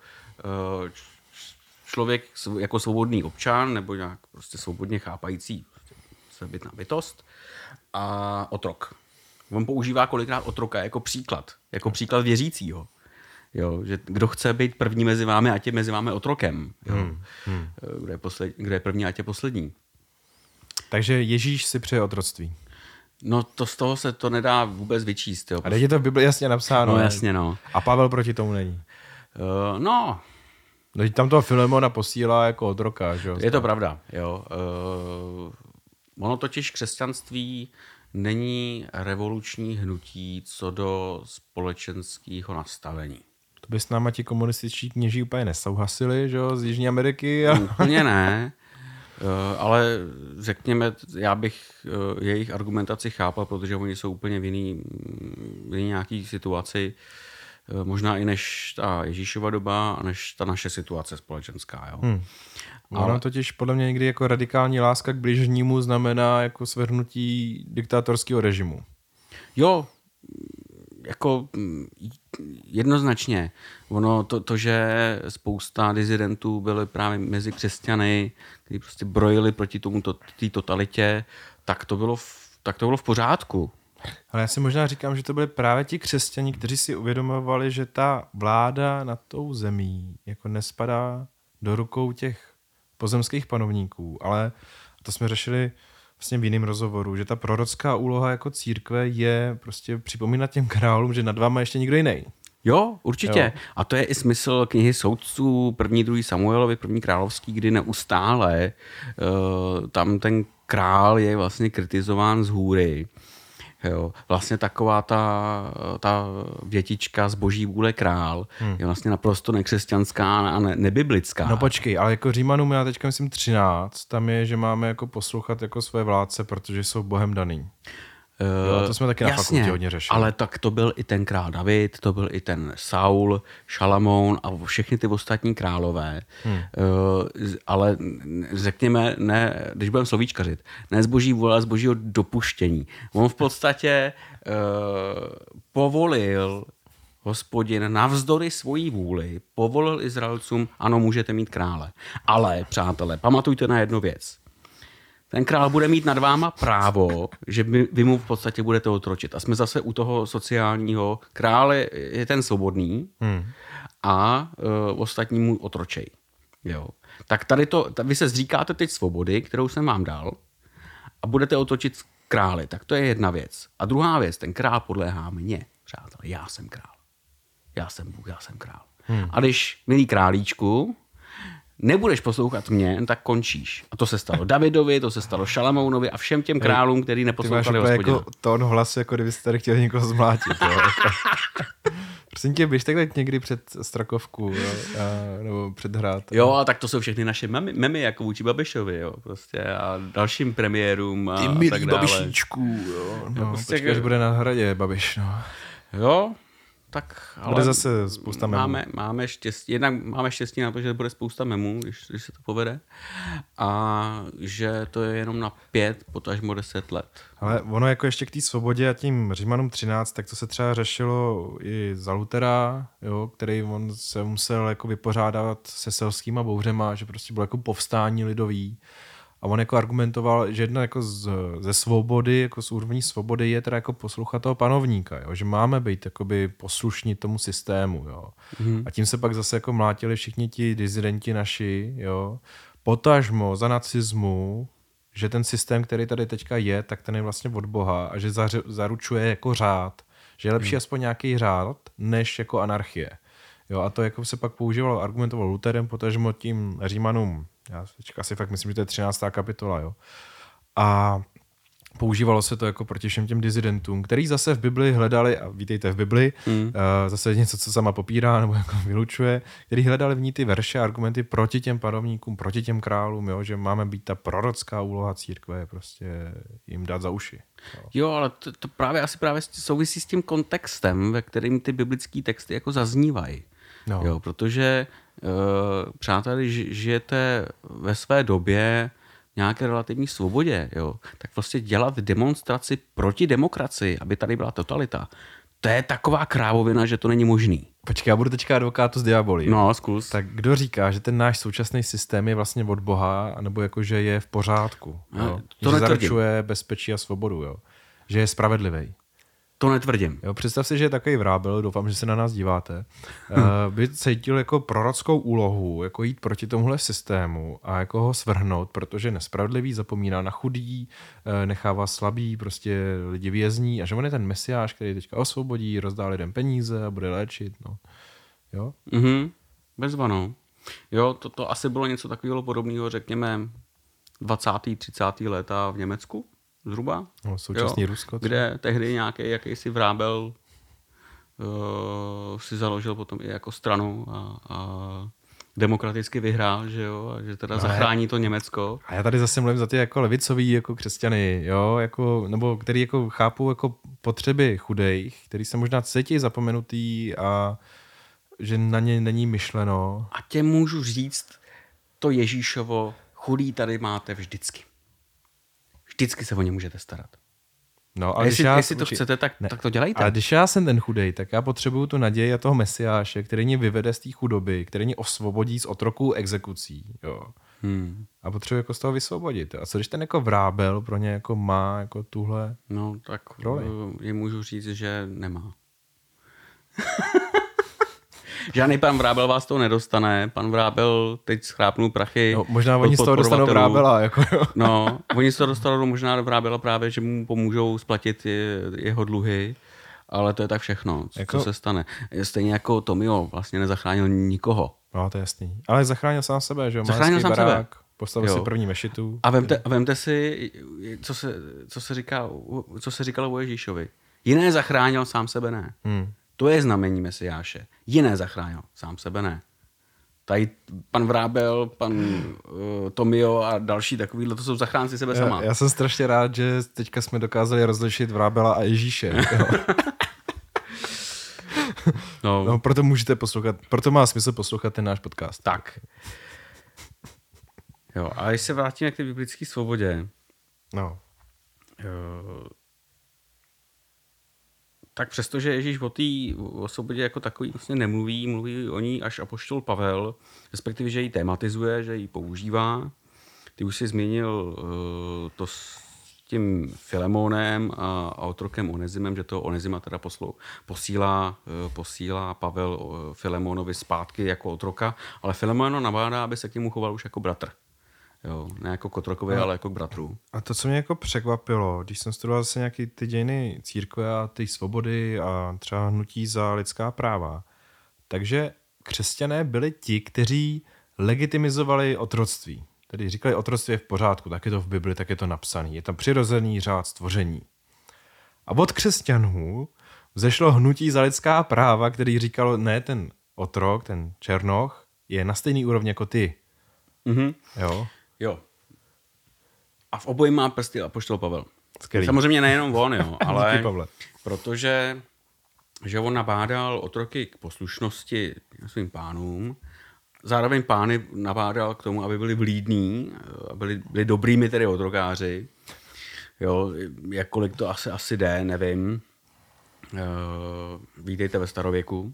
Člověk jako svobodný občan nebo nějak prostě svobodně chápající svébytná bytost a otrok. On používá kolikrát otroka jako příklad, jako příklad věřícího. Jo, že kdo chce být první mezi vámi, ať je mezi vámi otrokem. Jo. Hmm, hmm. Kdo, je posled, kdo je první, ať je poslední. Takže Ježíš si přeje otroctví. No to z toho se to nedá vůbec vyčíst. Jo. A teď je to v Bibli jasně napsáno. No jasně, no. A Pavel proti tomu není. Uh, no. No, tam toho Filemona posílá jako otroka, že jo? Je to pravda, jo. Uh, ono totiž křesťanství není revoluční hnutí co do společenského nastavení. To by s náma ti komunističtí kněží úplně nesouhlasili, že jo, z Jižní Ameriky? A... Úplně ne, ale řekněme, já bych jejich argumentaci chápal, protože oni jsou úplně v jiný, v jiný nějaký situaci, možná i než ta Ježíšova doba a než ta naše situace společenská. Jo. Hmm. Ale... Ono totiž podle mě někdy jako radikální láska k bližnímu znamená jako svrhnutí diktátorského režimu. Jo, jako jednoznačně. Ono to, to že spousta disidentů byly právě mezi křesťany, kteří prostě brojili proti tomu to, té totalitě, tak to bylo v, tak to bylo v pořádku. Ale já si možná říkám, že to byli právě ti křesťani, kteří si uvědomovali, že ta vláda nad tou zemí jako nespadá do rukou těch pozemských panovníků, ale to jsme řešili vlastně v jiném rozhovoru, že ta prorocká úloha jako církve je prostě připomínat těm králům, že nad váma ještě nikdo jiný. Jo, určitě. Jo. A to je i smysl knihy soudců, první, druhý Samuelovi, první královský, kdy neustále uh, tam ten král je vlastně kritizován z hůry. Jo, vlastně taková ta, ta větička z boží vůle král hmm. je vlastně naprosto nekřesťanská a ne, nebiblická. No počkej, ale jako Římanům já teďka myslím třináct, tam je, že máme jako poslouchat jako své vládce, protože jsou Bohem daný. Jo, to jsme taky na Jasně, fakultě hodně řešili. Ale tak to byl i ten král David, to byl i ten Saul, Šalamoun a všechny ty ostatní králové. Hmm. Uh, ale řekněme, ne, když budeme slovíčkařit, ne z boží vůle, ale z božího dopuštění. On v podstatě uh, povolil Hospodin navzdory svojí vůli, povolil Izraelcům, ano, můžete mít krále. Ale, přátelé, pamatujte na jednu věc. Ten král bude mít nad váma právo, že vy, vy mu v podstatě budete otročit. A jsme zase u toho sociálního. Král je, je ten svobodný hmm. a uh, ostatní mu otročej. Jo. Tak tady to, vy se zříkáte teď svobody, kterou jsem vám dal a budete otočit králi. Tak to je jedna věc. A druhá věc, ten král podléhá mně, přátelé. Já jsem král. Já jsem Bůh, já jsem král. Hmm. A když, milý králíčku, nebudeš poslouchat mě, tak končíš. A to se stalo Davidovi, to se stalo Šalamounovi a všem těm králům, který neposlouchali Hospodina. Jako tón hlasu, jako kdybyste tady chtěli někoho zmlátit. Prosím tě, běž takhle někdy před Strakovku, jo, a, nebo před hrad. Jo, a tak to jsou všechny naše memy, memy jako vůči Babišovi, jo, prostě a dalším premiérům a, Ty milý a tak dále. Babišíčku, jo. No, jo prostě počkej, až bude na hradě Babiš, no. Jo, tak ale bude zase spousta memů. Máme, máme štěstí, jednak máme štěstí na to, že bude spousta memů, když, když se to povede, a že to je jenom na pět, potažmo deset let. Ale ono jako ještě k té svobodě a tím Římanům třináct, tak to se třeba řešilo i za Lutera, jo, který on se musel jako vypořádat se selskýma bouřema, že prostě bylo jako povstání lidový. A on jako argumentoval, že jedna jako z, ze svobody, jako z úrovní svobody je teda jako poslouchat toho panovníka, jo? Že máme být jakoby poslušní tomu systému. Jo? Mm. A tím se pak zase jako mlátili všichni ti dizidenti naši, jo? Potažmo za nacismu, že ten systém, který tady teďka je, tak ten je vlastně od Boha a že zaři, zaručuje jako řád. Že je lepší mm. aspoň nějaký řád, než jako anarchie. Jo? A to jako se pak používalo, argumentoval Luterem, potažmo tím Římanům. Já teďka si fakt myslím, že to je třináctá kapitola, jo. A používalo se to jako proti všem těm dizidentům, který zase v Bibli hledali, a vítejte v Bibli, mm. uh, zase něco, co sama popírá nebo jako vylučuje, který hledali v ní ty verše, argumenty proti těm panovníkům, proti těm králům, jo, že máme být ta prorocká úloha církve, prostě jim dát za uši. Jo, jo ale to, to právě asi právě souvisí s tím kontextem, ve kterým ty biblické texty jako zaznívají. No. Jo, protože uh, přátelé, žijete ve své době nějaké relativní svobodě, jo, tak vlastně dělat demonstraci proti demokracii, aby tady byla totalita, to je taková krávovina, že to není možný. Počkej, já budu teďka advokátu z diabolí. No, zkus. Tak kdo říká, že ten náš současný systém je vlastně od Boha, nebo jako, že je v pořádku? Jo? To že zaručuje bezpečí a svobodu, jo? Že je spravedlivý. To netvrdím. Jo, představ si, že je takový vrábel, doufám, že se na nás díváte, uh, by cítil jako prorockou úlohu, jako jít proti tomuhle systému a jako ho svrhnout, protože nespravedlivý, zapomíná na chudý, uh, nechává slabý, prostě lidi vězní a že on je ten mesiáš, který teďka osvobodí, rozdá lidem peníze a bude léčit. No. Jo? Mhm, bezva, no. Jo, to, to asi bylo něco takového podobného, řekněme, dvacátá třicátá léta v Německu. Zhruba. No, současný jo, Rusko. Kde tehdy nějaký jakýsi vrábel uh, si založil potom i jako stranu a, a demokraticky vyhrál, že jo, a že teda no, zachrání to Německo. A já tady zase mluvím za ty jako levicový jako křesťany, jo, jako, nebo který jako chápou jako potřeby chudejch, který se možná cítí zapomenutý a že na ně není myšleno. A tě můžu říct, to Ježíšovo chudý tady máte vždycky. Vždycky se o ně můžete starat. No, ale jestli, já, jestli to uči... chcete, tak, tak to dělejte. Ale když já jsem ten chudej, tak já potřebuju tu naději a toho mesiáše, který mě vyvede z té chudoby, který mě osvobodí z otroků exekucí. Jo. Hmm. A potřebuji jako z toho vysvobodit. A co když ten jako vrábel pro ně jako má jako tuhle No tak roli? Je můžu říct, že nemá. Žádný pan Vrábel vás toho nedostane. Pan Vrábel teď schrápnul prachy. No, možná oni z toho dostanou Vrábela. Jako, jo. No, oni z toho dostanou možná Vrábela právě, že mu pomůžou splatit je, jeho dluhy. Ale to je tak všechno, co, jako... co se stane. Stejně jako Tomio vlastně nezachránil nikoho. No, to je jasný. Ale zachránil sám sebe, že jo? Zachránil sám barák, sebe. Postavil jo. si první mešitu. A vemte, a vemte si, co se, co, se říká, co se říkalo o Ježíšovi. Jiné zachránil, sám sebe ne. Hmm. To je znamení Mesiáše. Jiné zachránil, sám sebe ne. Tady pan Vrábel, pan uh, Tomio a další takovýhle, to jsou zachránci sebe sama. Já, já jsem strašně rád, že teďka jsme dokázali rozlišit Vrábela a Ježíše. no. no, proto můžete poslouchat, proto má smysl poslouchat ten náš podcast. Tak. Jo, a když se vrátíme k té biblické svobodě, no. jo, tak přestože Ježíš o té svobodě jako takový vlastně nemluví, mluví o ní až apoštol Pavel, respektive, že ji tematizuje, že ji používá. Ty už jsi zmínil uh, to s tím Filemonem a, a otrokem Onezimem, že to Onezima teda poslou, posílá, uh, posílá Pavel uh, Filemonovi zpátky jako otroka, ale Filemon ho nabádá, aby se k němu choval už jako bratr. Jo, ne jako k otrokovi, ale jako k bratru. A to, co mě jako překvapilo, když jsem studoval se nějaký ty dějiny církve a ty svobody a třeba hnutí za lidská práva, takže křesťané byli ti, kteří legitimizovali otroctví. Tedy říkali, otroctví je v pořádku, tak je to v Bibli, tak je to napsaný. Je tam přirozený řád stvoření. A od křesťanů vzešlo hnutí za lidská práva, který říkalo, ne, ten otrok, ten černoch je na stejný úrovni jako ty. Mhm. Jo. Jo. A v obojí má prsty apoštol Pavel. Skvělý. Samozřejmě nejenom on, jo, ale protože že on nabádal otroky k poslušnosti svým pánům, zároveň pány nabádal k tomu, aby byli vlídní, byli, byli dobrými tedy otrokáři. Jo, jakkoliv to asi, asi jde, nevím. Vítejte ve starověku.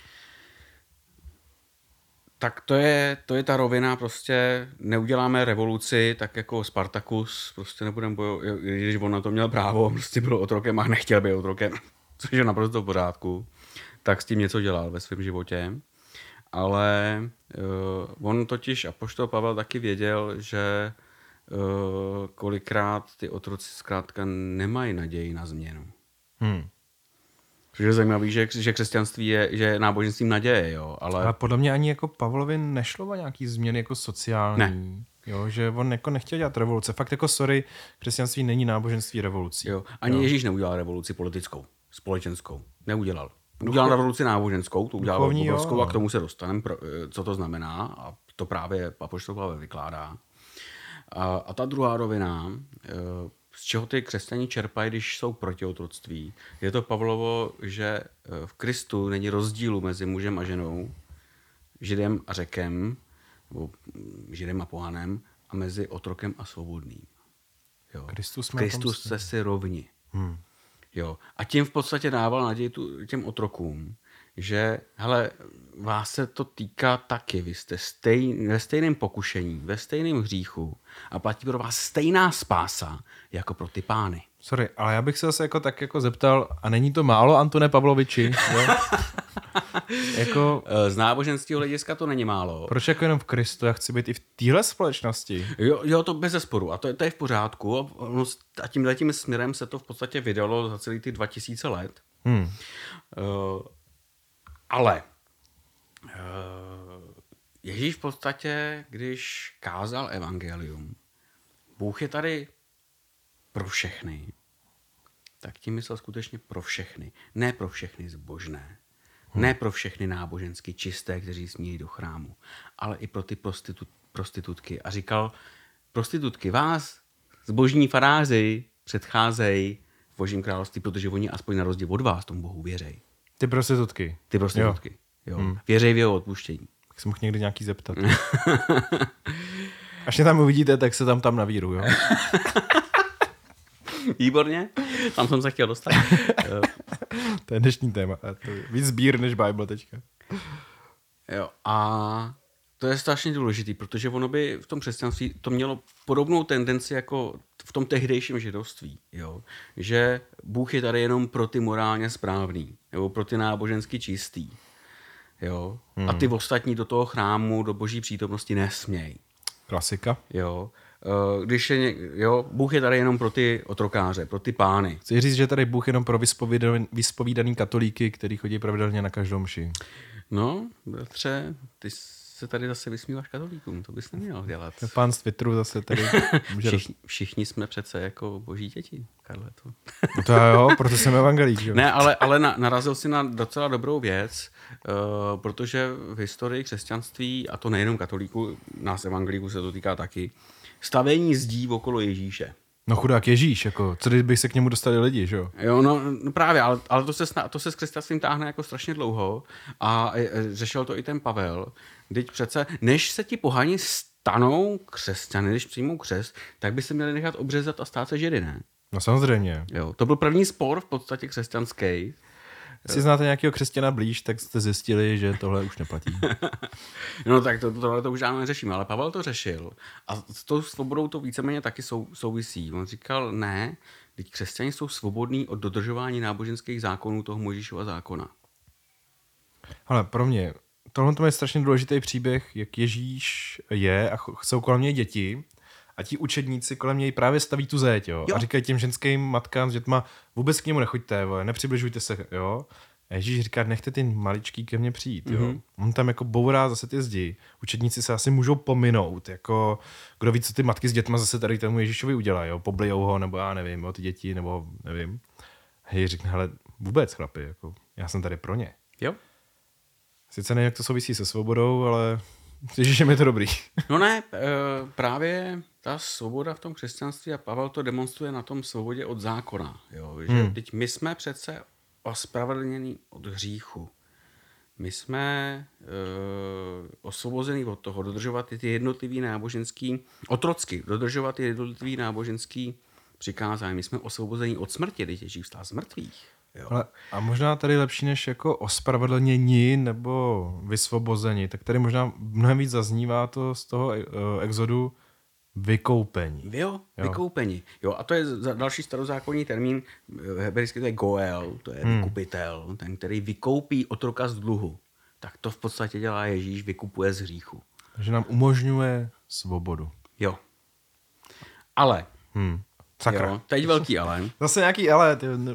Tak to je, to je ta rovina, prostě neuděláme revoluci, tak jako Spartacus, prostě nebudeme bojovat, když on na to měl právo, prostě byl otrokem a nechtěl být otrokem, což je naprosto v pořádku, tak s tím něco dělal ve svém životě. Ale uh, on totiž, apoštol Pavel taky věděl, že uh, kolikrát ty otroci zkrátka nemají naději na změnu. Hmm. Což je zajímavý, že, že křesťanství je, že je náboženstvím naděje, jo, ale... Ale podle mě ani jako Pavlovi nešlo o nějaký změny jako sociální, ne. Jo, že on jako nechtěl dělat revoluce. Fakt jako sorry, křesťanství není náboženství revolucí. Jo, ani jo. Ježíš neudělal revoluci politickou, společenskou. Neudělal. Udělal revoluci náboženskou, to udělal Duchovní, obrovskou jo. a k tomu se dostaneme, co to znamená a to právě apoštol Pavel vykládá. A, a ta druhá rovina, z čeho ty křesťané čerpají, když jsou proti otroctví, je to Pavlovo, že v Kristu není rozdílu mezi mužem a ženou, Židem a Řekem, nebo Židem a pohanem, a mezi otrokem a svobodným. Jo. Kristus, Kristus se si rovni. Hmm. Jo. A tím v podstatě dával naději tu, těm otrokům, že hele, vás se to týká taky, vy jste stej, ve stejném pokušení, ve stejném hříchu a platí pro vás stejná spása, jako pro ty pány. Sorry, ale já bych se zase jako tak jako zeptal, a není to málo, Antone Pavloviči? Jo? Jako, Z náboženského hlediska to není málo. proč jako jenom v Kristu? Já chci být i v téhle společnosti. Jo, jo, to bez zesporu. A to, to je v pořádku. A tímhle tím směrem se to v podstatě vydalo za celý ty dva tisíce let. Hmm. Uh, ale uh, Ježíš v podstatě, když kázal evangelium, Bůh je tady pro všechny, tak tím myslel skutečně pro všechny. Ne pro všechny zbožné. Hmm. Ne pro všechny nábožensky čisté, kteří smějí do chrámu, ale i pro ty prostitu- prostitutky. A říkal, prostitutky, vás, zbožní faráři, předcházejí v Božím království, protože oni aspoň na rozdíl od vás tomu Bohu věřej. Ty prostitutky. Ty prostitutky. Jo. Jo. Hmm. Věřej v jeho odpuštění. Tak se mohl někdy nějaký zeptat. Až mě tam uvidíte, tak se tam tam navíru, jo? Výborně, tam jsem se chtěl dostat. To je dnešní téma. To je víc sbír než Bible teďka. Jo, a to je strašně důležitý, protože ono by v tom křesťanství to mělo podobnou tendenci jako v tom tehdejším židovství, jo? Že Bůh je tady jenom pro ty morálně správný, nebo pro ty nábožensky čistý. Jo? Hmm. A ty ostatní do toho chrámu, do boží přítomnosti nesmějí. Klasika. Jo. Když je, jo, Bůh je tady jenom pro ty otrokáře, pro ty pány. Chci říct, že tady Bůh jenom pro vyspovídaný, vyspovídaný katolíky, kteří chodí pravidelně na každou mši. No, bratře, ty se tady zase vysmíváš katolíkům, to bys neměl dělat. Pán z Twitteru zase tady může... Všichni, všichni jsme přece jako boží děti, Karle. To, no to jo, proto jsem evangelík. Jo? Ne, ale, ale na, narazil si na docela dobrou věc, uh, protože v historii křesťanství, a to nejenom katolíků, nás evangelíků se to týká taky, stavění zdí okolo Ježíše. No chudák Ježíš, jako, co kdyby se k němu dostali lidi, že jo? Jo, no, no právě, ale, ale to, se, to se s křesťanstvím táhne jako strašně dlouho a řešil to i ten Pavel. Teď přece, než se ti pohani stanou křesťany, když přijmou křest, tak by se měli nechat obřezat a stát se židy, ne? No samozřejmě. Jo, to byl první spor v podstatě křesťanský. Jestli znáte nějakého křesťana blíž, tak jste zjistili, že tohle už neplatí. No tak to, tohle to už žádnou neřešíme, ale Pavel to řešil. A s tou svobodou to víceméně taky sou, souvisí. On říkal, ne, teď křesťané jsou svobodní od dodržování náboženských zákonů toho Mojžíšova zákona. Ale pro mě, tohle je strašně důležitý příběh, jak Ježíš je a jsou kolem něj děti a ti učedníci kolem něj právě staví tu zeď, jo? Jo. A říkají těm ženským matkám s dětma, vůbec k němu nechoďte, vole, nepřibližujte se, jo. A Ježíš říká, nechte ty maličký ke mně přijít, jo. Mm-hmm. On tam jako bourá zase ty zdi. Učedníci se asi můžou pominout, jako kdo ví, co ty matky s dětma zase tady tomu Ježíšovi udělají, jo. Poblijou ho, nebo já nevím, jo, ty děti, nebo nevím. A Ježíš řekne, hele, vůbec chlapi, jako, já jsem tady pro ně. Jo. Sice nevím, jak to souvisí se svobodou, ale Ježíšem je to dobrý. No ne, právě ta svoboda v tom křesťanství a Pavel to demonstruje na tom svobodě od zákona. Jo? Že hmm. teď my jsme přece ospravedlnění od hříchu. My jsme e, osvobození od toho dodržovat ty jednotlivý náboženský, otrocky dodržovat ty jednotlivý náboženský přikázání. My jsme osvobození od smrti, když Ježíš vstal z mrtvých. Jo. Ale a možná tady lepší než jako ospravedlnění nebo vysvobození, tak tady možná mnohem víc zaznívá to z toho uh, exodu vykoupení. Jo, jo, vykoupení. Jo, a to je další starozákonní termín, hebrejský to je goel, to je hmm. vykupitel, ten, který vykoupí otroka z dluhu. Tak to v podstatě dělá Ježíš, vykupuje z hříchu. Takže nám umožňuje svobodu. Jo. Ale. Hmm. Sakra. Jo, teď velký ale. Zase nějaký ale. Ty, ne...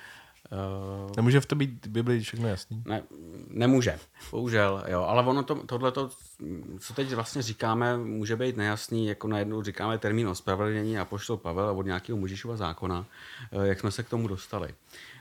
Uh, nemůže v to být Bibli všechno jasný? Ne, nemůže, bohužel, jo, ale ono to, tohleto, co teď vlastně říkáme, může být nejasný, jako najednou říkáme termín ospravedlnění a apoštol Pavel od nějakého Mojžíšova zákona, jak jsme se k tomu dostali.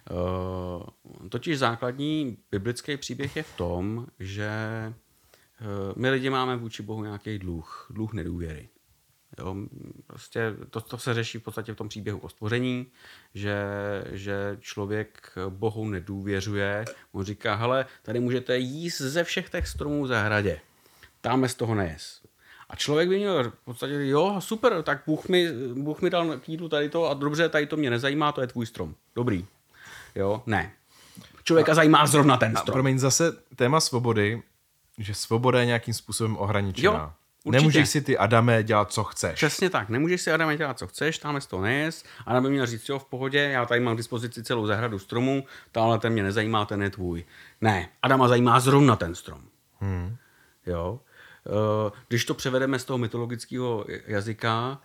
Uh, totiž základní biblický příběh je v tom, že uh, my lidi máme vůči Bohu nějaký dluh, dluh nedůvěry. Jo? Prostě to, to se řeší v podstatě v tom příběhu o stvoření, že, že člověk Bohu nedůvěřuje. On říká, hele, tady můžete jíst ze všech těch stromů v zahradě. Táme z toho nejez. A člověk by měl v podstatě, jo, super, tak Bůh mi, Bůh mi dal k jídlu tady to a dobře, tady to mě nezajímá, to je tvůj strom. Dobrý. Jo, ne. Člověka a, zajímá zrovna ten strom. A promiň, zase téma svobody, že svoboda je nějakým způsobem ohraničená. Jo, určitě. Nemůžeš si ty, Adame, dělat, co chceš. Přesně tak. Nemůžeš si, Adame, dělat, co chceš, tamhle z toho nejez. Adam by měl říct, jo, v pohodě, já tady mám k dispozici celou zahradu stromů, tahle ten mě nezajímá, ten je tvůj. Ne, Adama zajímá zrovna ten strom. Hmm. Jo. Když to převedeme z toho mytologického jazyka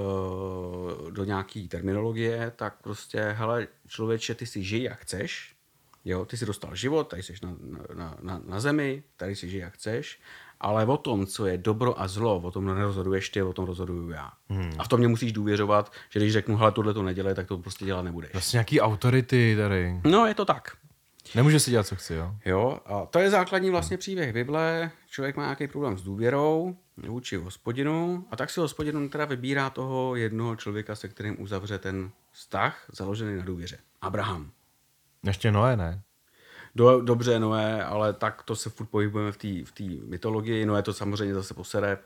do nějaký terminologie, tak prostě, hele, člověče, ty si žij, jak chceš, jo, ty si dostal život, tady jsi na, na, na, na zemi, tady si žij, jak chceš, ale o tom, co je dobro a zlo, o tom nerozhoduješ ty, o tom rozhoduju já. Hmm. A v tom mě musíš důvěřovat, že když řeknu, hele, tohle to nedělej, tak to prostě dělat nebudeš. Vlastně nějaký autority tady. No, je to tak. Nemůže si dělat, co chci, jo? Jo, a to je základní vlastně příběh Bible. Člověk má nějaký problém s důvěrou vůči Hospodinu a tak si Hospodinu teda vybírá toho jednoho člověka, se kterým uzavře ten vztah založený na důvěře. Abraham. Ještě Noé, ne? Do, dobře, Noé, ale tak to se furt pohybujeme v té v té mytologii. Noé to samozřejmě zase posere.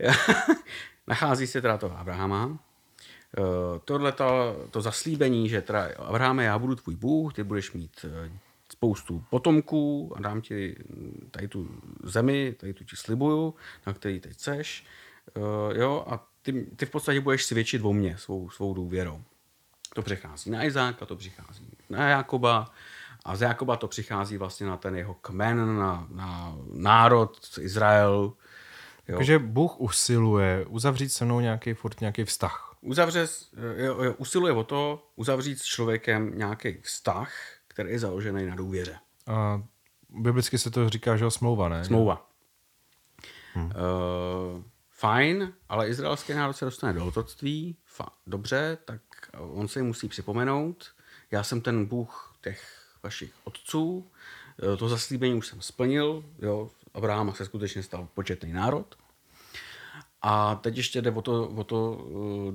Nachází se teda toho Abrahama. Tohle to zaslíbení, že teda Abrahame, já budu tvůj Bůh, ty budeš mít spoustu potomků a dám ti tady tu zemi, tady tu ti slibuju, na který teď chceš. Uh, jo, a ty, ty v podstatě budeš svědčit o mně svou, svou důvěrou. To přichází na Izáka, to přichází na Jakoba a z Jakoba to přichází vlastně na ten jeho kmen, na, na národ Izrael. Takže Bůh usiluje uzavřít se mnou nějaký furt nějaký vztah. Uzavře, jo, jo, usiluje o to uzavřít s člověkem nějaký vztah, který je založený na důvěře. A biblicky se to říká, že jo, smlouva, ne? Smlouva. Hmm. Uh, fajn, ale izraelský národ se dostane do otroctví. Fa- dobře, tak on se jim musí připomenout. Já jsem ten Bůh těch vašich otců. To zaslíbení už jsem splnil. Jo, Abrahama se skutečně stal početný národ. A teď ještě jde o to, o to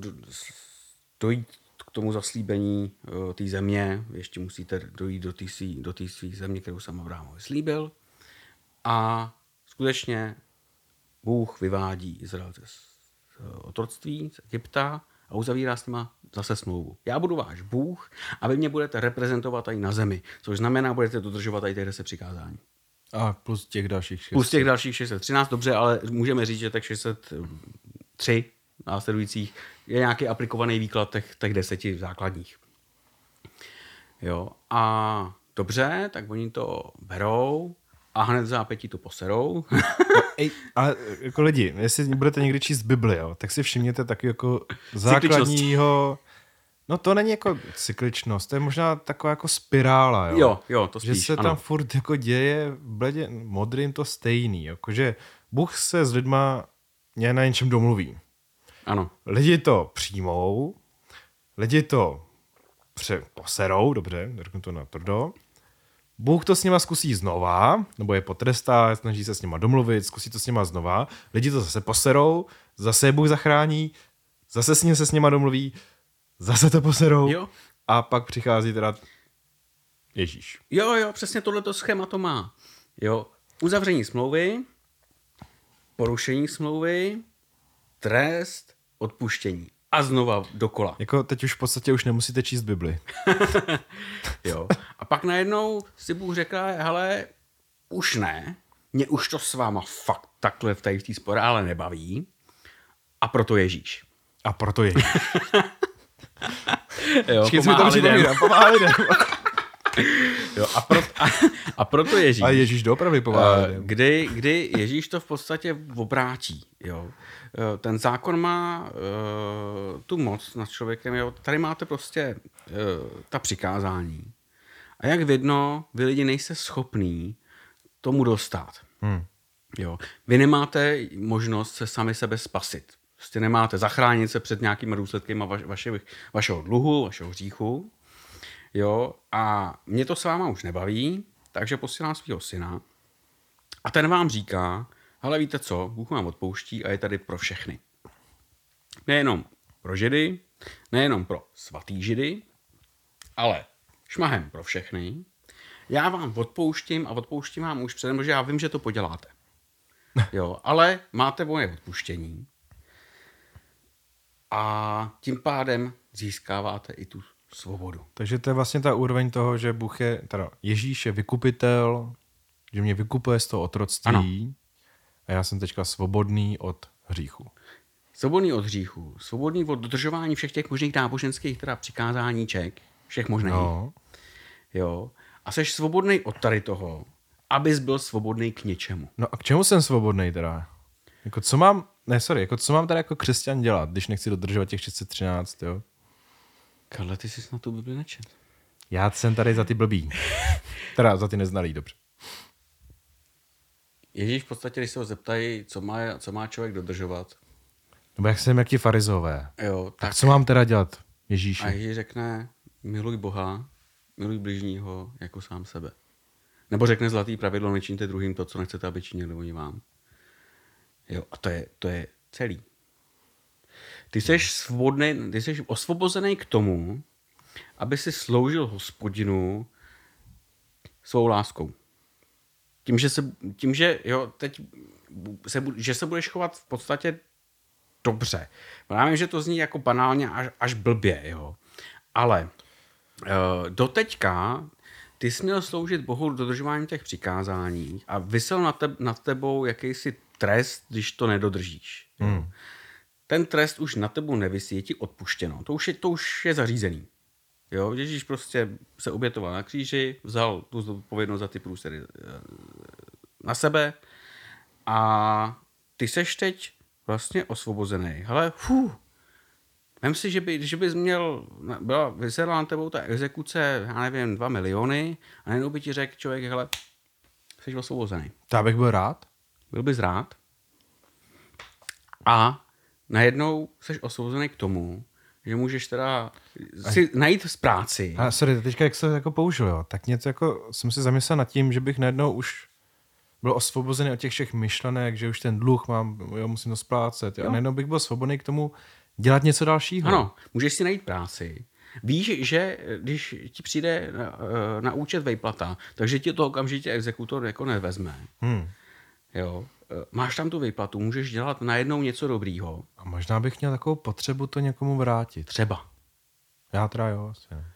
dojít k tomu zaslíbení té země. Ještě musíte dojít do té do té své země, kterou jsem Abrahamovi slíbil. A skutečně Bůh vyvádí Izraelce z otroctví, z Egypta a uzavírá s nima zase smlouvu. Já budu váš Bůh a vy mě budete reprezentovat tady na zemi, což znamená, budete dodržovat tady těch deset přikázání. A plus těch dalších šest set. Plus těch dalších šest set třináct, dobře, ale můžeme říct, že tak šest set tři následujících je nějaký aplikovaný výklad těch, těch deseti základních. Jo, a dobře, tak oni to berou a hned v zápětí to poserou. Ej, ale jako lidi, jestli budete někdy číst Bibli, jo, tak si všimněte taky jako základního... No to není jako cykličnost, to je možná taková jako spirála, jo. Jo, jo, to spíš, že se ano. tam furt jako děje v bledě modrým to stejný, jakože Bůh se s lidma ně na něčem domluví. Ano. Lidi to přijmou, lidi to pře- poserou, dobře, řeknu to na tvrdo. Bůh to s nima zkusí znova, nebo je potrestá, snaží se s nima domluvit, zkusí to s nima znova. Lidi to zase poserou, zase je Bůh zachrání, zase s ním se s nima domluví, zase to poserou jo. A pak přichází teda Ježíš. Jo, jo, přesně tohleto schéma to má. Jo, uzavření smlouvy, porušení smlouvy, trest, odpuštění. A znova dokola. Jako teď už v podstatě už nemusíte číst Bibli. Jo. A pak najednou si Bůh řekl, hele, už ne, mě už to s váma fakt takhle v té sporále nebaví. A proto Ježíš. A proto Ježíš. Jo, pomáhá lidem. Pomáhá lidem. Jo, a, pro, a, a proto Ježíš. A Ježíš doopravdy pomáhá. Kdy, kdy Ježíš to v podstatě obrátí. Jo. Ten zákon má uh, tu moc nad člověkem. Jo. Tady máte prostě uh, ta přikázání. A jak vidno, vy lidi nejste schopní tomu dostat. Hmm. Jo. Vy nemáte možnost se sami sebe spasit. Prostě nemáte zachránit se před nějakými důsledky vaš, vaše, vašeho dluhu, vašeho hříchu. Jo, a mě to s váma už nebaví, takže posílám svého syna a ten vám říká, hele, víte co, Bůh vám odpouští a je tady pro všechny. Nejenom pro židy, nejenom pro svatý židy, ale šmahem pro všechny. Já vám odpouštím a odpouštím vám už předem, protože já vím, že to poděláte. Jo, ale máte moje odpuštění a tím pádem získáváte i tu svobodu. Takže to je vlastně ta úroveň toho, že Bůh je, teda Ježíš je vykupitel, že mě vykupuje z toho otroctví ano. A já jsem teďka svobodný od hříchu. Svobodný od hříchu, svobodný od dodržování všech těch možných náboženských teda přikázáníček, všech možných. No. Jo. A jsi svobodný od tady toho, abys byl svobodný k něčemu. No a k čemu jsem svobodný teda? Jako co mám, ne sorry, jako co mám teda jako křesťan dělat, když nechci dodržovat těch šest set třináct, jo? Karle, ty jsi na tu Bibli nečet. Já jsem tady za ty blbý. Teda za ty neznalý, dobře. Ježíš v podstatě, když se ho zeptají, co má, co má člověk dodržovat. Nebo jak jsem jak ti farizové. Jo, tak, tak co mám teda dělat, Ježíši? A Ježíš řekne, miluj Boha, miluj bližního jako sám sebe. Nebo řekne zlatý pravidlo, nečiňte druhým to, co nechcete, aby činili oni vám. Jo, a to je, to je celý. Ty jsi svobodný, ty jsi osvobozený k tomu, aby si sloužil Hospodinu svou láskou. Tím, že se, tím, že jo, teď se, že se budeš chovat v podstatě dobře. Já vím, že to zní jako banálně až, až blbě, jo. Ale uh, doteďka ty jsi měl sloužit Bohu dodržováním těch přikázání a visel nad, te, nad tebou jakýsi trest, když to nedodržíš. Hmm. Ten trest už na tebou nevisí, je ti odpuštěno. To už je, to už je zařízený. Jo, Ježíš prostě se obětoval na kříži, vzal tu zodpovědnost za ty průsery na sebe a ty seš teď vlastně osvobozený. Hele, fuh, vem si, že by, že bys měl, byla vysedla na tebou ta exekuce, já nevím, dva miliony a najednou by ti řekl člověk, hele, jsi osvobozený. To já bych byl rád. Byl bys rád. A najednou jsi osvobozený k tomu, že můžeš teda si a... najít z práci. A sorry, teďka jak se to jako použil, jo, tak něco jako jsem si zamyslel nad tím, že bych najednou už byl osvobozený od těch všech myšlenek, že už ten dluh mám, jo, musím to splácet. Jo. A najednou bych byl svobodný k tomu dělat něco dalšího. Ano, můžeš si najít práci. Víš, že když ti přijde na, na účet vejplata, takže ti to okamžitě exekutor jako nevezme. Hmm. Jo. Máš tam tu výplatu, můžeš dělat najednou něco dobrýho. A možná bych měl takovou potřebu to někomu vrátit. Třeba. Já teda jo, asi ne.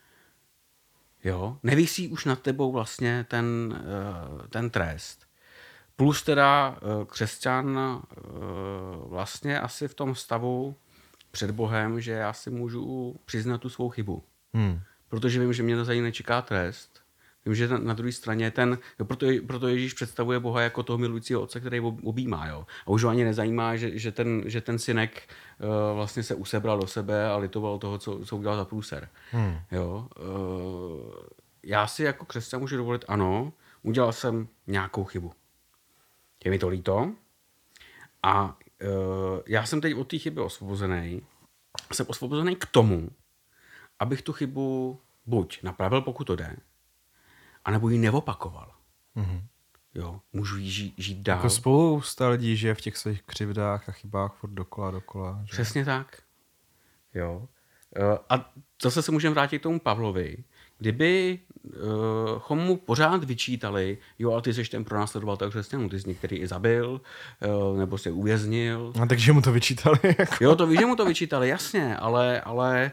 Jo, nevisí už nad tebou vlastně ten, ten trest. Plus teda křesťan vlastně asi v tom stavu před Bohem, že já si můžu přiznat tu svou chybu. Hmm. Protože vím, že mě to za ní nečeká trest. Vím, že na, na druhé straně ten, jo, proto, proto Ježíš představuje Boha jako toho milujícího otce, který objímá. Jo. A už ho ani nezajímá, že, že, ten, že ten synek uh, vlastně se usebral do sebe a litoval toho, co, co udělal za průser. Hmm. Jo. Uh, já si jako křesťan můžu dovolit, ano, udělal jsem nějakou chybu. Je mi to líto. A uh, já jsem teď od té chyby osvobozený. Jsem osvobozený k tomu, abych tu chybu buď napravil, pokud to jde, anebo ji neopakoval. Mm-hmm. Jo, můžu jí žít, žít dál. Jako spousta lidí žije v těch svých křivdách a chybách furt dokola, dokola. Že? Přesně tak. Jo. A zase se můžeme vrátit k tomu Pavlovi. Kdyby uh, mu pořád vyčítali, jo, ale ty jsi ten pronásledovatel křesťanů, ty jsi některý i zabil, uh, nebo jsi uvěznil. A takže mu to vyčítali? Jako. Jo, to víš, že mu to vyčítali, jasně, ale, ale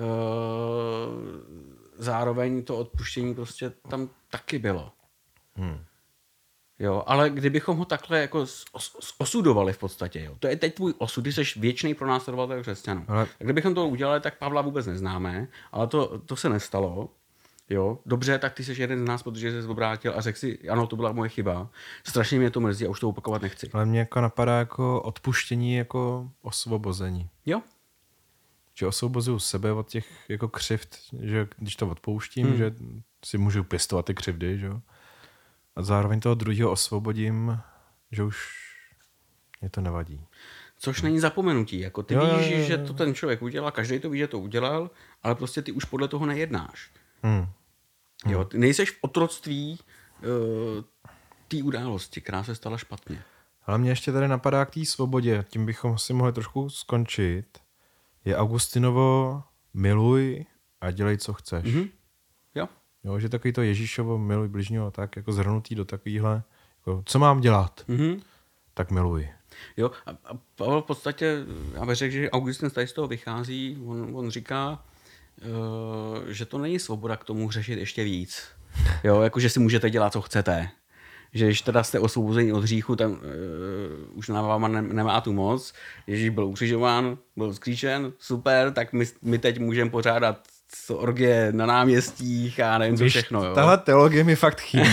uh, zároveň to odpuštění prostě tam taky bylo. Hmm. Jo, ale kdybychom ho takhle jako os- osudovali v podstatě, jo, to je teď tvůj osud, ty jsi věčný pronásledovatel křesťanů. Ale... Kdybychom to udělali, tak Pavla vůbec neznáme, ale to, to se nestalo. Jo, dobře, tak ty jsi jeden z nás, protože jsi obrátil a řekl si, ano, to byla moje chyba. Strašně mě to mrzí a už to opakovat nechci. Ale mě jako napadá jako odpuštění jako osvobození. Jo. Že osvobozuju sebe od těch jako křivd, že když to odpouštím, hmm. že si můžu pěstovat ty křivdy, že jo. A zároveň toho druhého osvobodím, že už mě to nevadí. Což není zapomenutí. Jako ty jo, víš, jo, jo, jo. že to ten člověk udělal, každý to ví, že to udělal, ale prostě ty už podle toho nejednáš. Hmm. Jo, ty nejseš v otroctví uh, té události, která se stala špatně. Ale mě ještě tady napadá k té svobodě, tím bychom si mohli trošku skončit. je Augustinovo miluj a dělej, co chceš. Mm-hmm. Jo. Jo, že takový to Ježíšovo miluj bližního a tak jako zhrnutý do takovýhle, jako, co mám dělat, Mm-hmm. tak miluj. Jo, a, a Pavel v podstatě, já bych řekl, že Augustin tady z toho vychází, on, on říká, uh, že to není svoboda k tomu řešit ještě víc. Jo, jako, že si můžete dělat, co chcete. Že když teda jste osvobození od hříchu, tam uh, už na váma ne, nemá tu moc. Ježíš byl ukřižován, byl vzkříšen, super, tak my, my teď můžeme pořádat orgie na náměstích a nevím co všechno. Jo. Tahle teologie mi fakt chybí.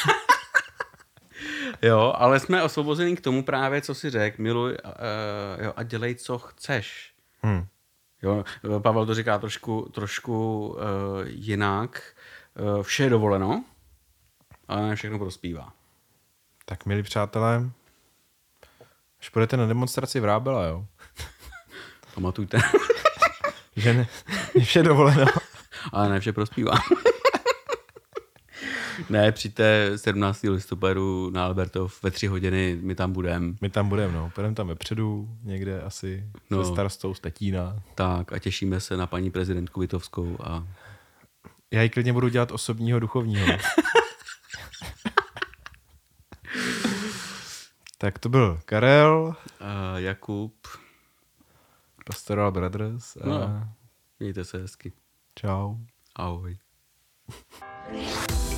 Jo, ale jsme osvobození k tomu právě, co si řekl, miluj uh, jo, a dělej, co chceš. Hmm. Jo, Pavel to říká trošku, trošku uh, jinak. Uh, vše je dovoleno, ale ne všechno prospívá. Tak, milí přátelé, až půjdete na demonstraci v Rábela, jo? Pamatujte. Že ne, je vše dovoleno. Ale ne vše prospívá. Ne, přijďte sedmnáctého listopadu na Albertov ve tři hodiny, my tam budeme. My tam budeme, no. Půjdeme tam vepředu, někde asi No. se starostou z Tetína. Tak a těšíme se na paní prezidentku Vitovskou. A... Já ji klidně budu dělat osobního duchovního. Tak to byl Karel. A Jakub. Pastoral Brothers. A... No, mějte se hezky. Čau. Ahoj.